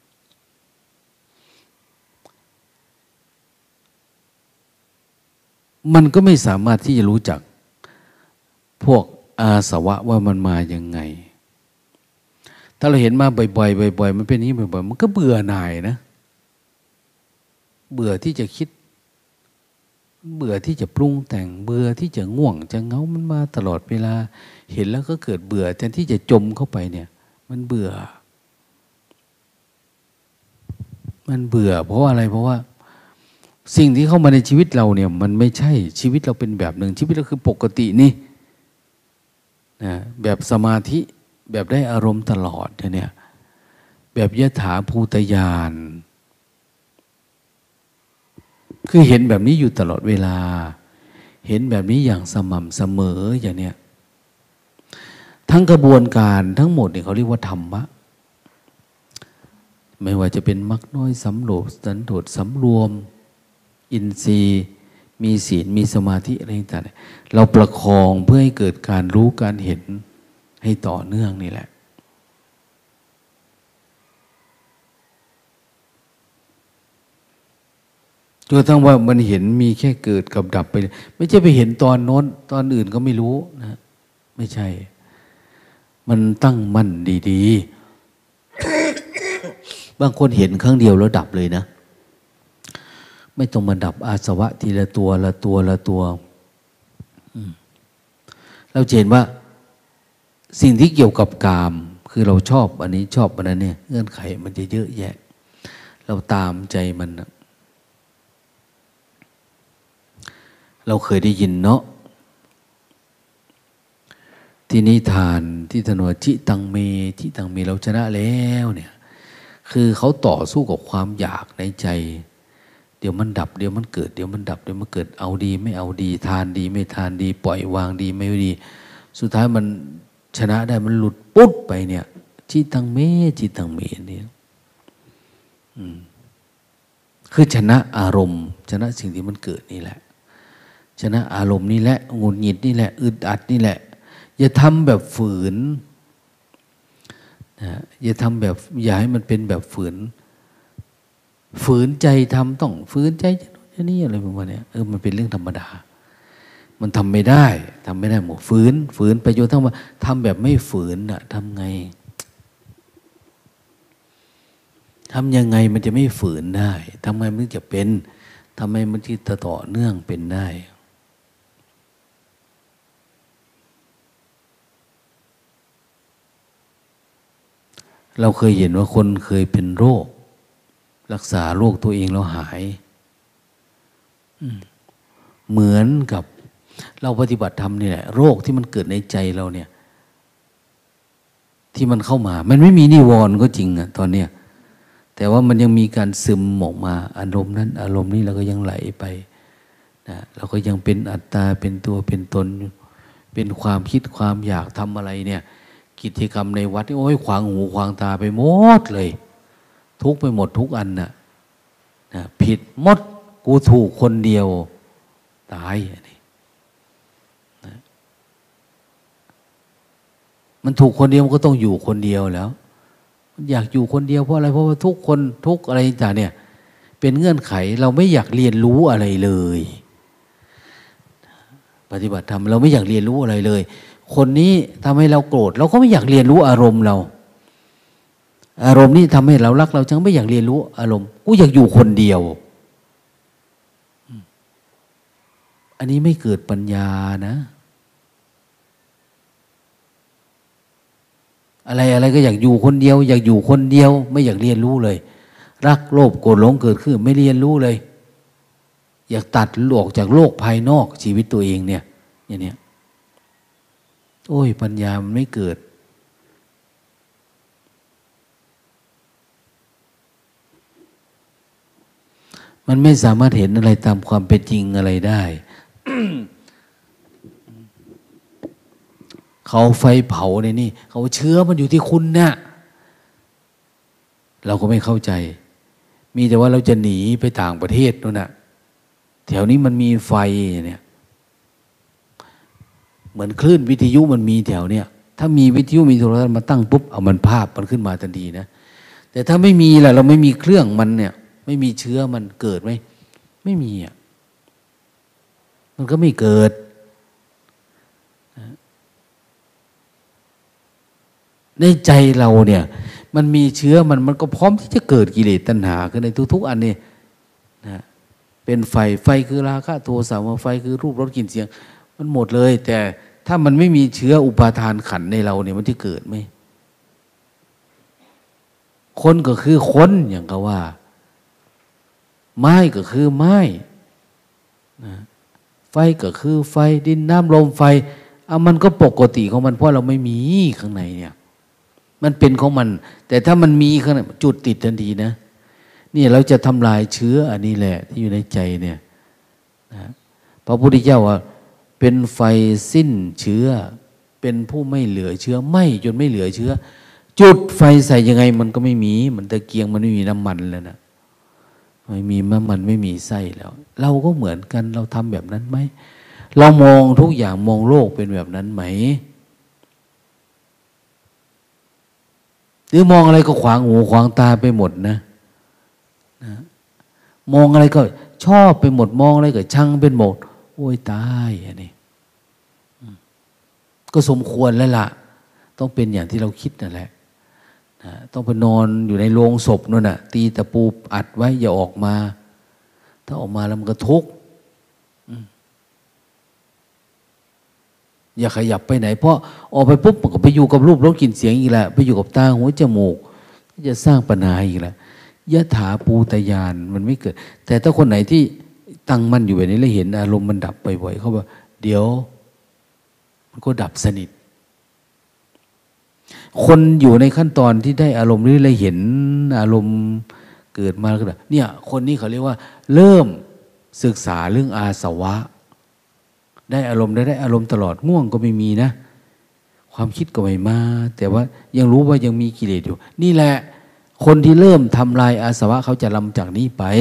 มันก็ไม่สามารถที่จะรู้จักพวกอาสวะว่ามันมายังไงถ้าเราเห็นมาบ่อยๆบ่อยๆมันเป็นอย่างนี้บ่อยๆมันก็เบื่อหน่ายนะเบื่อที่จะคิดเบื่อที่จะปรุงแต่งเบื่อที่จะง่วงจะเงามันมาตลอดเวลาเห็นแล้วก็เกิดเบื่อแทนที่จะจมเข้าไปเนี่ยมันเบื่อมันเบื่อเพราะว่าอะไรเพราะว่าสิ่งที่เข้ามาในชีวิตเราเนี่ยมันไม่ใช่ชีวิตเราเป็นแบบหนึ่งชีวิตเราคือปกตินี่นะแบบสมาธิแบบได้อารมณ์ตลอดเนี่ยแบบยถาภูตญาณคือเห็นแบบนี้อยู่ตลอดเวลาเห็นแบบนี้อย่างสม่ำเสมออย่างเนี้ยทั้งกระบวนการทั้งหมดเนี่ยเขาเรียกว่าธรรมะไม่ว่าจะเป็นมรรคน้อยสำโรวมสันโดษสำรวมอินทรีย์มีศีลมีสมาธิอะไรต่างๆเราประคองเพื่อให้เกิดการรู้การเห็นให้ต่อเนื่องนี่แหละจนทั้งว่ามันเห็นมีแค่เกิดกับดับไปไม่ใช่ไปเห็นตอนโน้นตอนอื่นก็ไม่รู้นะไม่ใช่มันตั้งมั่นดีๆบางคนเห็นครั้งเดียวแล้วดับเลยนะไม่ต้องมาดับอาสวะทีละตัวละตัวละตัวเราเห็นว่าสิ่งที่เกี่ยวกับกามคือเราชอบอันนี้ชอบอันนั้นเนี่ยเงื่อนไขมันจะเยอะแยะเราตามใจมันนะเราเคยได้ยินเนาะที่นิทานที่ถนนจิตังเมจิตังเมเราชนะแล้วเนี่ยคือเขาต่อสู้กับความอยากในใจเดี๋ยวมันดับเดี๋ยวมันเกิดเดี๋ยวมันดับเดี๋ยวมันเกิดเอาดีไม่เอาดีทานดีไม่ทานดีปล่อยวางดีไม่ดีสุดท้ายมันชนะได้มันหลุดปุ๊บไปเนี่ยจิตังเมจิตังเมเนี่ยคือชนะอารมณ์ชนะสิ่งที่มันเกิดนี่แหละชนะอารมณ์นี่แหละหงุดหงิดนี่แหละอึดอัดนี่แหละอย่าทำแบบฝืนนะอย่าทำแบบอย่าให้มันเป็นแบบฝืนฝืนใจทำต้องฝืนใจจะนี่อะไรประมาณนี้เออมันเป็นเรื่องธรรมดามันทำไม่ได้ทำไม่ได้หมดฝืนฝืนไปจนทั้งว่าทำแบบไม่ฝืนน่ะทำไงทำยังไงมันจะไม่ฝืนได้ทำไงมันจะเป็นทำไมมันจะต่อเนื่องเป็นได้เราเคยเห็นว่าคนเคยเป็นโรครักษาโรคตัวเองแล้วหายเหมือนกับเราปฏิบัติธรรมนี่แหละโรคที่มันเกิดในใจเราเนี่ยที่มันเข้ามามันไม่มีนิวรณ์ก็จริงอะตอนเนี้ยแต่ว่ามันยังมีการซึมออกมาอารมณ์นั้นอารมณ์นี้เราก็ยังไหลไปนะเราก็ยังเป็นอัตตาเป็นตัวเป็นตนเป็นความคิดความอยากทำอะไรเนี่ยกิจกรรมในวัดโอ้ยขวางหูขวางตาไปหมดเลยทุกไปหมดทุกอันน่ะนะผิดหมดกูถูกคนเดียวตายอันนี้นะมันถูกคนเดียวมันก็ต้องอยู่คนเดียวแล้วมันอยากอยู่คนเดียวเพราะอะไรเพราะว่าทุกคนทุกอะไรต่างเนี่ยเป็นเงื่อนไขเราไม่อยากเรียนรู้อะไรเลยปฏิบัติธรรมเราไม่อยากเรียนรู้อะไรเลยคนนี้ทำให้เราโกรธเราก็ไม่อยากเรียนรู้อารมณ์เราอารมณ์นี้ทำให้เรารักเราจังไม่อยากเรียนรู้อารมณ์กูอยากอยู่คนเดียวอันนี้ไม่เกิดปัญญานะอะไรอะไรก็อยากอยู่คนเดียวอยากอยู่คนเดียวไม่อยากเรียนรู้เลยรักโลภโกรธหลงเกิดขึ้นไม่เรียนรู้เลยอยากตัดออกจากโลกภายนอกชีวิตตัวเองเนี่ยอย่างเนี้ยโอ้ยปัญญามันไม่เกิดมันไม่สามารถเห็นอะไรตามความเป็นจริงอะไรได้ เขาไฟเผาในนี่เขาเชื้อมันอยู่ที่คุณนะ่ะเราก็ไม่เข้าใจมีแต่ว่าเราจะหนีไปต่างประเทศนู่นน่ะแถวนี้มันมีไฟเนี่ยเหมือนคลื่นวิทยุมันมีแถวเนี้ยถ้ามีวิทยุมีโทรทัศน์มาตั้งปุ๊บเอามันภาพมันขึ้นมาทันทีนะแต่ถ้าไม่มีล่ะเราไม่มีเครื่องมันเนี่ยไม่มีเชื้อมันเกิดไหมไม่มีอ่ะมันก็ไม่เกิดในใจเราเนี่ยมันมีเชื้อมันมันก็พร้อมที่จะเกิดกิเลสตัณหาขึ้นในทุกๆอันนี่นะเป็นไฟไฟคือราคะโทสะไฟคือรูปรสกลิ่นเสียงมันหมดเลยแต่ถ้ามันไม่มีเชื้ออุปาทานขันธ์ในเราเนี่ยมันจะเกิดไหมคนก็คือคนอย่างก็ว่าไม้ก็คือไม้นะไฟก็คือไฟดินน้ำลมไฟเอามันก็ปกติของมันเพราะเราไม่มีข้างในเนี่ยมันเป็นของมันแต่ถ้ามันมีข้างในจุดติดทันทีนะนี่เราจะทำลายเชื้ออันนี้แหละที่อยู่ในใจเนี่ยนะพระพุทธเจ้าว่าเป็นไฟสิ้นเชื้อเป็นผู้ไม่เหลือเชื้อไหม้จนไม่เหลือเชื้อจุดไฟใส่ยังไงมันก็ไม่มีมันตะเกียงมันไม่มีน้ำมันแล้วนะไม่มีน้ำมันไม่มีไส้แล้ว เราก็เหมือนกันเราทำแบบนั้นไหมเรามองทุกอย่างมองโลกเป็นแบบนั้นไหมหรือมองอะไรก็ขวางหูขวางตาไปหมดนะนะมองอะไรก็ชอบไปหมดมองอะไรก็ชังเป็นหมดโอ้ยตายอันนี้ก็สมควรแล้วล่ะต้องเป็นอย่างที่เราคิดนั่นแหละนะต้องไปนอนอยู่ในโรงศพนั่นน่ะตีตะปูอัดไว้อย่าออกมาถ้าออกมาแล้วมันก็ทุกข์อย่าขยับไปไหนเพราะออกไปปุ๊บมันก็ไปอยู่กับรูปรสกลิ่นเสียงอีกแล้วไปอยู่กับตาหูจมูกจะสร้างปัญหาอีกแล้วยะถาปูตยานมันไม่เกิดแต่ถ้าคนไหนที่ตั้งมั่นอยู่แบบนี้แล้วเห็นอารมณ์มันดับบ่อยๆเขาบอกเดี๋ยวมันก็ดับสนิทคนอยู่ในขั้นตอนที่ได้อารมณ์นี้เลยเห็นอารมณ์เกิดมาแล้วก็เนี่ยคนนี้เขาเรียกว่าเริ่มศึกษาเรื่องอาสวะได้อารมณ์ได้ได้อารมณ์ตลอดง่วงก็ไม่มีนะความคิดก็ไม่มาแต่ว่ายังรู้ว่ายังมีกิเลสอยู่นี่แหละคนที่เริ่มทำลายอาสวะเขาจะลำจากนี้ไป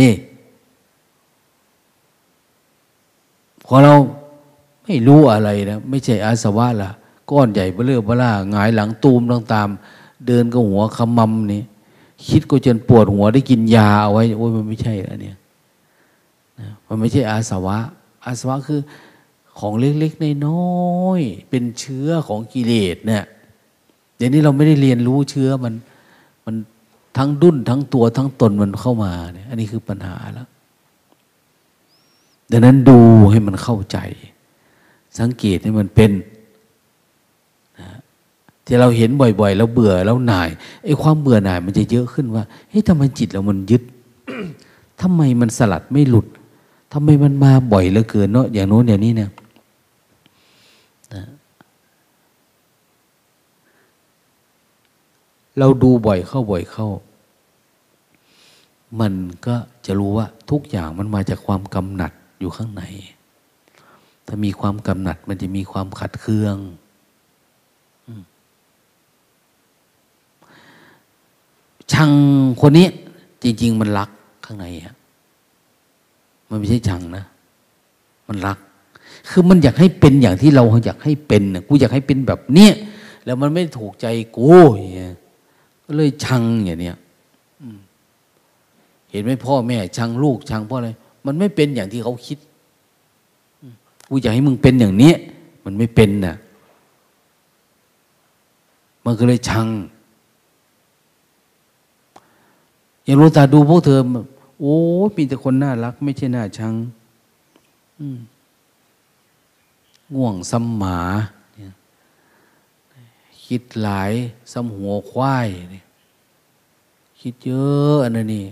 พอเราไม่รู้อะไรนะไม่ใช่อาสวะล่ะก้อนใหญ่เบ้อเร่อเบ้อล่าหงายหลังตูมต้องตามเดินก็หัวขมำนี่คิดก็จนปวดหัวได้กินยาเอาไว้โอ้ยมันไม่ใช่แล้วเนี่ยนะมันไม่ใช่อาสวะอาสวะคือของเล็กๆน้อยๆเป็นเชื้อของกิเลสเนี่ยเดี๋ยวนี้เราไม่ได้เรียนรู้เชื้อมันมันทั้งดุ้นทั้งตัวทั้งตนมันเข้ามาเนี่ยอันนี้คือปัญหาแล้วดังนั้นดูให้มันเข้าใจสังเกตให้มันเป็นนะที่เราเห็นบ่อยๆแล้วเบื่อแล้วหน่ายไอ้ความเบื่อหน่ายมันจะเยอะขึ้นว่าเฮ้ยทำไมจิตเรามันยึด ทำไมมันสลัดไม่หลุดทำไมมันมาบ่อยเหลือเกินเนาะอย่างโน้นอย่างนี้เนี่ยนะเราดูบ่อยเข้าบ่อยเข้ามันก็จะรู้ว่าทุกอย่างมันมาจากความกำหนัดอยู่ข้างในถ้ามีความกำหนัดมันจะมีความขัดเคืองชังคนนี้จริงๆมันรักข้างในอะมันไม่ใช่ชังนะมันรักคือมันอยากให้เป็นอย่างที่เราอยากให้เป็นกูอยากให้เป็นแบบเนี้ยแล้วมันไม่ถูกใจกูอย่างเงี้ยก็เลยชังอย่างเนี้ยเห็นไหมพ่อแม่ชังลูกชังเพราะอะไรมันไม่เป็นอย่างที่เขาคิดกูอยากให้มึงเป็นอย่างนี้มันไม่เป็นน่ะมันก็เลยชังอย่างหลวงตาดูพวกเธอโอ้มีแต่คนน่ารักไม่ใช่น่าชังง่วงซ้ำหมาคิดหลายซ้ำหัวควายคิดเยอะอันนั้นนี่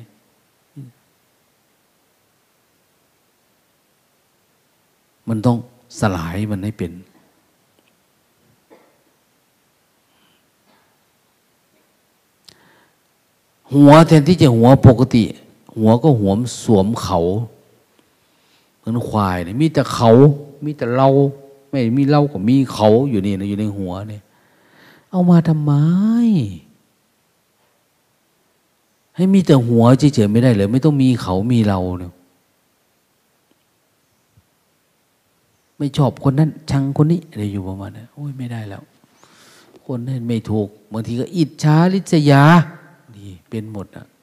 มันต้องสลายมันให้เป็นหัวแทนที่จะหัวปกติหัวก็หัวสวมเขาเหมือนควายเนี่ยมีแต่เขามีแต่เราไม่มีเราก็มีเขาอยู่นี่นะอยู่ในหัวเนี่ยเอามาทำไมให้มีแต่หัวเฉยๆไม่ได้เลยไม่ต้องมีเขามีเราเนี่ยไม่ชอบคนนั้นชังคนนี้อะไรอยู่ประมาณนั้นโอ้ยไม่ได้แล้วคนนั้นไม่ถูกบางทีก็อิจฉาริษยาดีเป็นหมดอ่ะ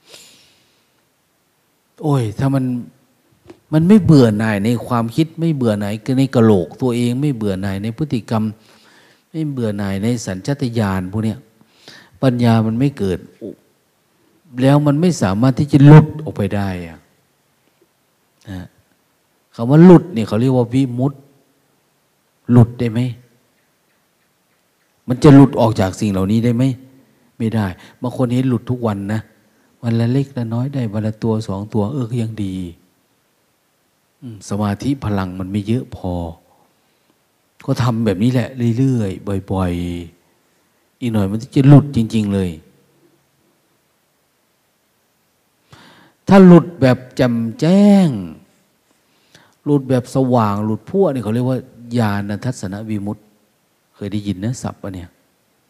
โอ้ยถ้ามันมันไม่เบื่อหน่ายในความคิดไม่เบื่อหน่ายในกะโหลกตัวเองไม่เบื่อหน่ายในพฤติกรรมไม่เบื่อหน่ายในสัญชาตญาณพวกเนี้ยปัญญามันไม่เกิดแล้วมันไม่สามารถที่จะหลุดออกไปได้อะนะคำว่าหลุดเนี่ยเขาเรียกว่าวิมุตติหลุดได้ไหมมันจะหลุดออกจากสิ่งเหล่านี้ได้ไหมไม่ได้บางคนเห็นหลุดทุกวันนะวันละเล็กละน้อยได้วันละตัวสองตัวเออก็ยังดีสมาธิพลังมันไม่เยอะพอก็ทำแบบนี้แหละเรื่อยๆบ่อยๆอีกหน่อยมันจะหลุดจริงๆเลยถ้าหลุดแบบแจ่มแจ้งหลุดแบบสว่างหลุดพั่วนี่เขาเรียกว่าญาณทัศนวิมุตติเคยได้ยินนะศัพท์ปะเนี่ย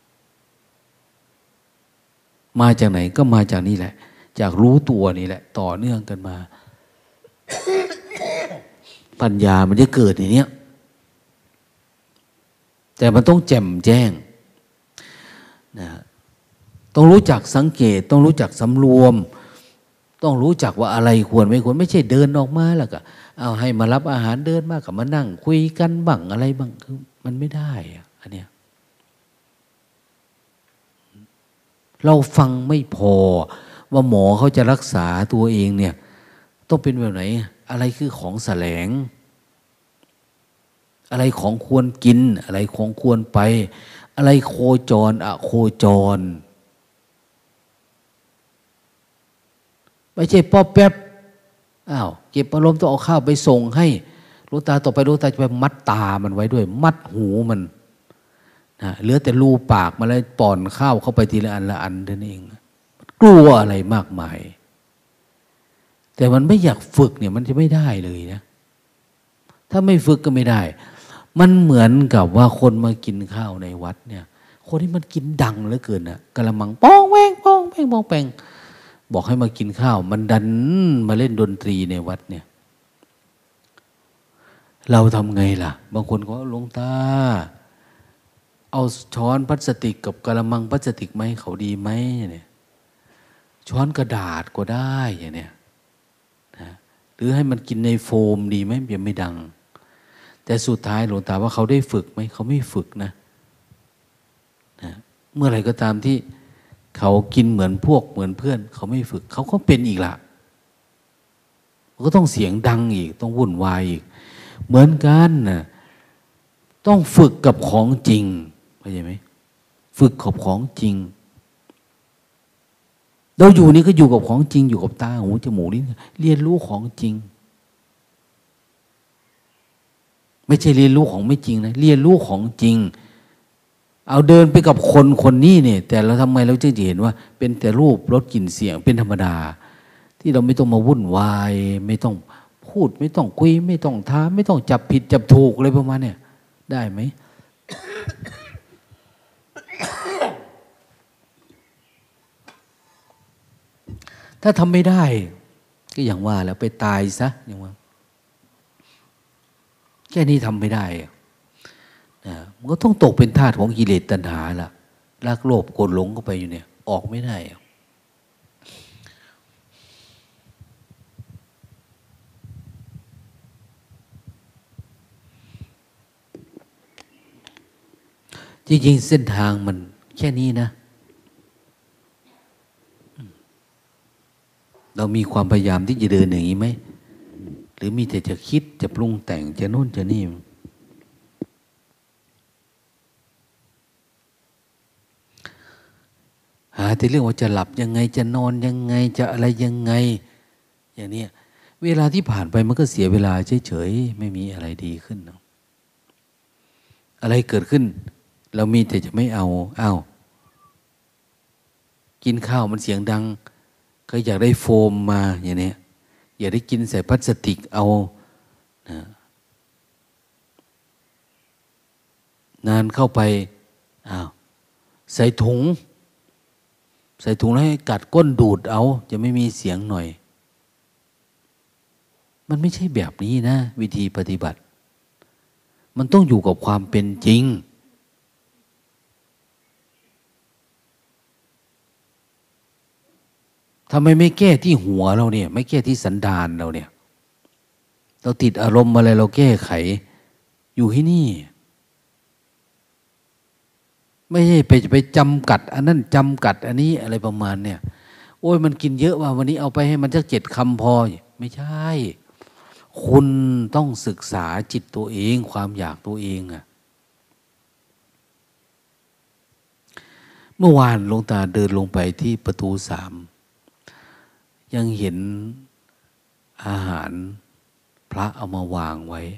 มาจากไหนก็มาจากนี่แหละจากรู้ตัวนี่แหละต่อเนื่องกันมา ปัญญามันจะเกิดอย่างนี้แต่มันต้องแจ่มแจ้งนะต้องรู้จักสังเกตต้องรู้จักสำรวมต้องรู้จักว่าอะไรควรไม่ควรไม่ใช่เดินออกมาแล้วก็เอาให้มารับอาหารเดินมากกับมานั่งคุยกันบ้างอะไรบ้างคือมันไม่ได้อะอันเนี้ยเราฟังไม่พอว่าหมอเขาจะรักษาตัวเองเนี่ยต้องเป็นแบบไหนอะไรคือของแสลงอะไรของควรกินอะไรของควรไปอะไรโคจรอะโคจรไม่ใช่ป๊อปแป๊บอ้าวเก็บอารมณ์ต้องเอาข้าวไปส่งให้หลวงตาต่อไปหลวงตาจะไปมัดตามันไว้ด้วยมัดหูมันนะเหลือแต่รูปากมาแล้วป้อนข้าวเข้าไปทีละอันละอันเท่านั้นเองกลัวอะไรมากมายแต่มันไม่อยากฝึกเนี่ยมันจะไม่ได้เลยนะถ้าไม่ฝึกก็ไม่ได้มันเหมือนกับว่าคนมากินข้าวในวัดเนี่ยคนที่มันกินดังเหลือเกินนะกะละมังป้องแป้งป้องแป้งป้องแป้งบอกให้มากินข้าวมันดันมาเล่นดนตรีในวัดเนี่ยเราทำไงล่ะบางคนก็หลวงตาเอาช้อนพลาสติกกับกะละมังพลาสติกไหมเขาดีไหมเนี่ยช้อนกระดาษก็ได้อย่างเนี้ยนะหรือให้มันกินในโฟมดีไหมเบียไม่ดังแต่สุดท้ายหลวงตาว่าเขาได้ฝึกไหมเขาไม่ฝึกนะนะเมื่อไหร่ก็ตามที่เขากินเหมือนพวกเหมือนเพื่อนเขาไม่ฝึกเขาก็เป็นอีกละก็ต้องเสียงดังอีกต้องวุ่นวายอีกเหมือนกันนะต้องฝึกกับของจริงเข้าใจไหมฝึกกับของจริงเราอยู่นี่ก็อยู่กับของจริงอยู่กับตาหูจมูกลิ้นเรียนรู้ของจริงไม่ใช่เรียนรู้ของไม่จริงนะเรียนรู้ของจริงเอาเดินไปกับคนคนนี้เนี่ยแต่เราทำไมเราจึงจะเห็นว่าเป็นแต่รูปรสกลิ่นเสียงเป็นธรรมดาที่เราไม่ต้องมาวุ่นวายไม่ต้องพูดไม่ต้องคุยไม่ต้องท้าไม่ต้องจับผิดจับถูกอะไรประมาณเนี่ยได้ไหม ถ้าทำไม่ได้ก็อย่างว่าแล้วไปตายซะอย่างว่าแค่นี้ทำไม่ได้นะมันก็ต้องตกเป็นทาสของกิเลสตัณหาล่ะรักโลภโกรธหลงเข้าไปอยู่เนี่ยออกไม่ได้จริงๆเส้นทางมันแค่นี้นะเรามีความพยายามที่จะเดินอย่างนี้ไหมหรือมีแต่จะคิดจะปรุงแต่งจะโน่นจะนี่หาแต่เรื่องว่าจะหลับยังไงจะนอนยังไงจะอะไรยังไงอย่างนี้เวลาที่ผ่านไปมันก็เสียเวลาเฉยๆไม่มีอะไรดีขึ้นอะไรเกิดขึ้นเรามีแต่จะไม่เอาอ้าวกินข้าวมันเสียงดังก็อยากได้โฟมมาอย่างนี้อยากได้กินใส่พลาสติกเอานะนานเข้าไปอ้าวใส่ถุงใส่ถุงแล้วให้กัดก้นดูดเอาจะไม่มีเสียงหน่อยมันไม่ใช่แบบนี้นะวิธีปฏิบัติมันต้องอยู่กับความเป็นจริงทำไมไม่แก้ที่หัวเราเนี่ยไม่แก้ที่สันดานเราเนี่ยเราติดอารมณ์อะไรเราแก้ไขอยู่ที่นี่ไม่ใช่ไปไปจำกัดอันนั้นจำกัดอันนี้อะไรประมาณเนี่ยโอ้ยมันกินเยอะว่าวันนี้เอาไปให้มันสักเจ็ดคำพอไม่ใช่คุณต้องศึกษาจิตตัวเองความอยากตัวเองอะเมื่อวานหลวงตาเดินลงไปที่ประตูสามยังเห็นอาหารพระเอามาวางไว้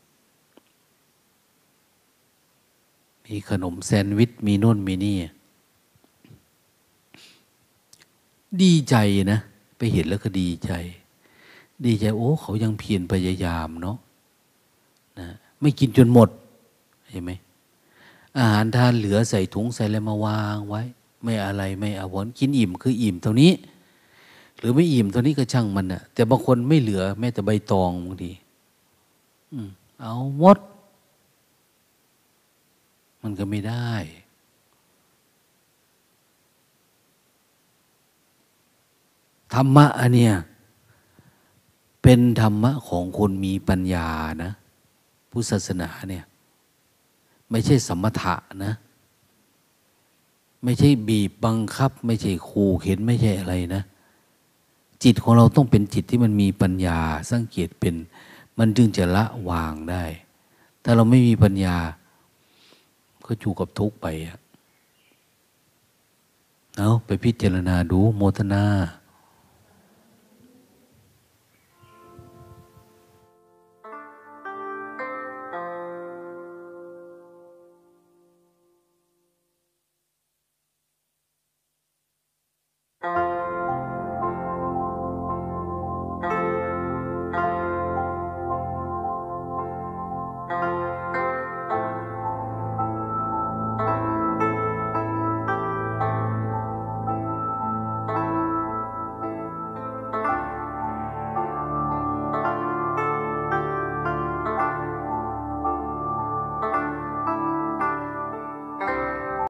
มีขนมแซนด์วิชมีโน่นมีนี่ดีใจนะไปเห็นแล้วก็ดีใจ ดีใจโอ้เขายังเพียรพยายามเนาะนะไม่กินจนหมดเห็นไหมอาหารทานเหลือใส่ถุงใส่อะไรมาวางไว้ ไม่อะไรไม่อาวรกินอิ่มคืออิ่มเท่านี้ หรือไม่อิ่มเท่านี้ก็ช่างมันนะแต่บางคนไม่เหลือแม้แต่ใบตองบางทีเอาหมดมันก็ไม่ได้ธรรมะอันเนี้ยเป็นธรรมะของคนมีปัญญานะพุทธศาสนาเนี่ยไม่ใช่สมถะนะไม่ใช่บีบบังคับไม่ใช่ขู่เข็นไม่ใช่อะไรนะจิตของเราต้องเป็นจิตที่มันมีปัญญาสังเกตเป็นมันจึงจะละวางได้ถ้าเราไม่มีปัญญาก็อยู่กับทุกข์ไปเอาไปพิจารณาดูโมทนา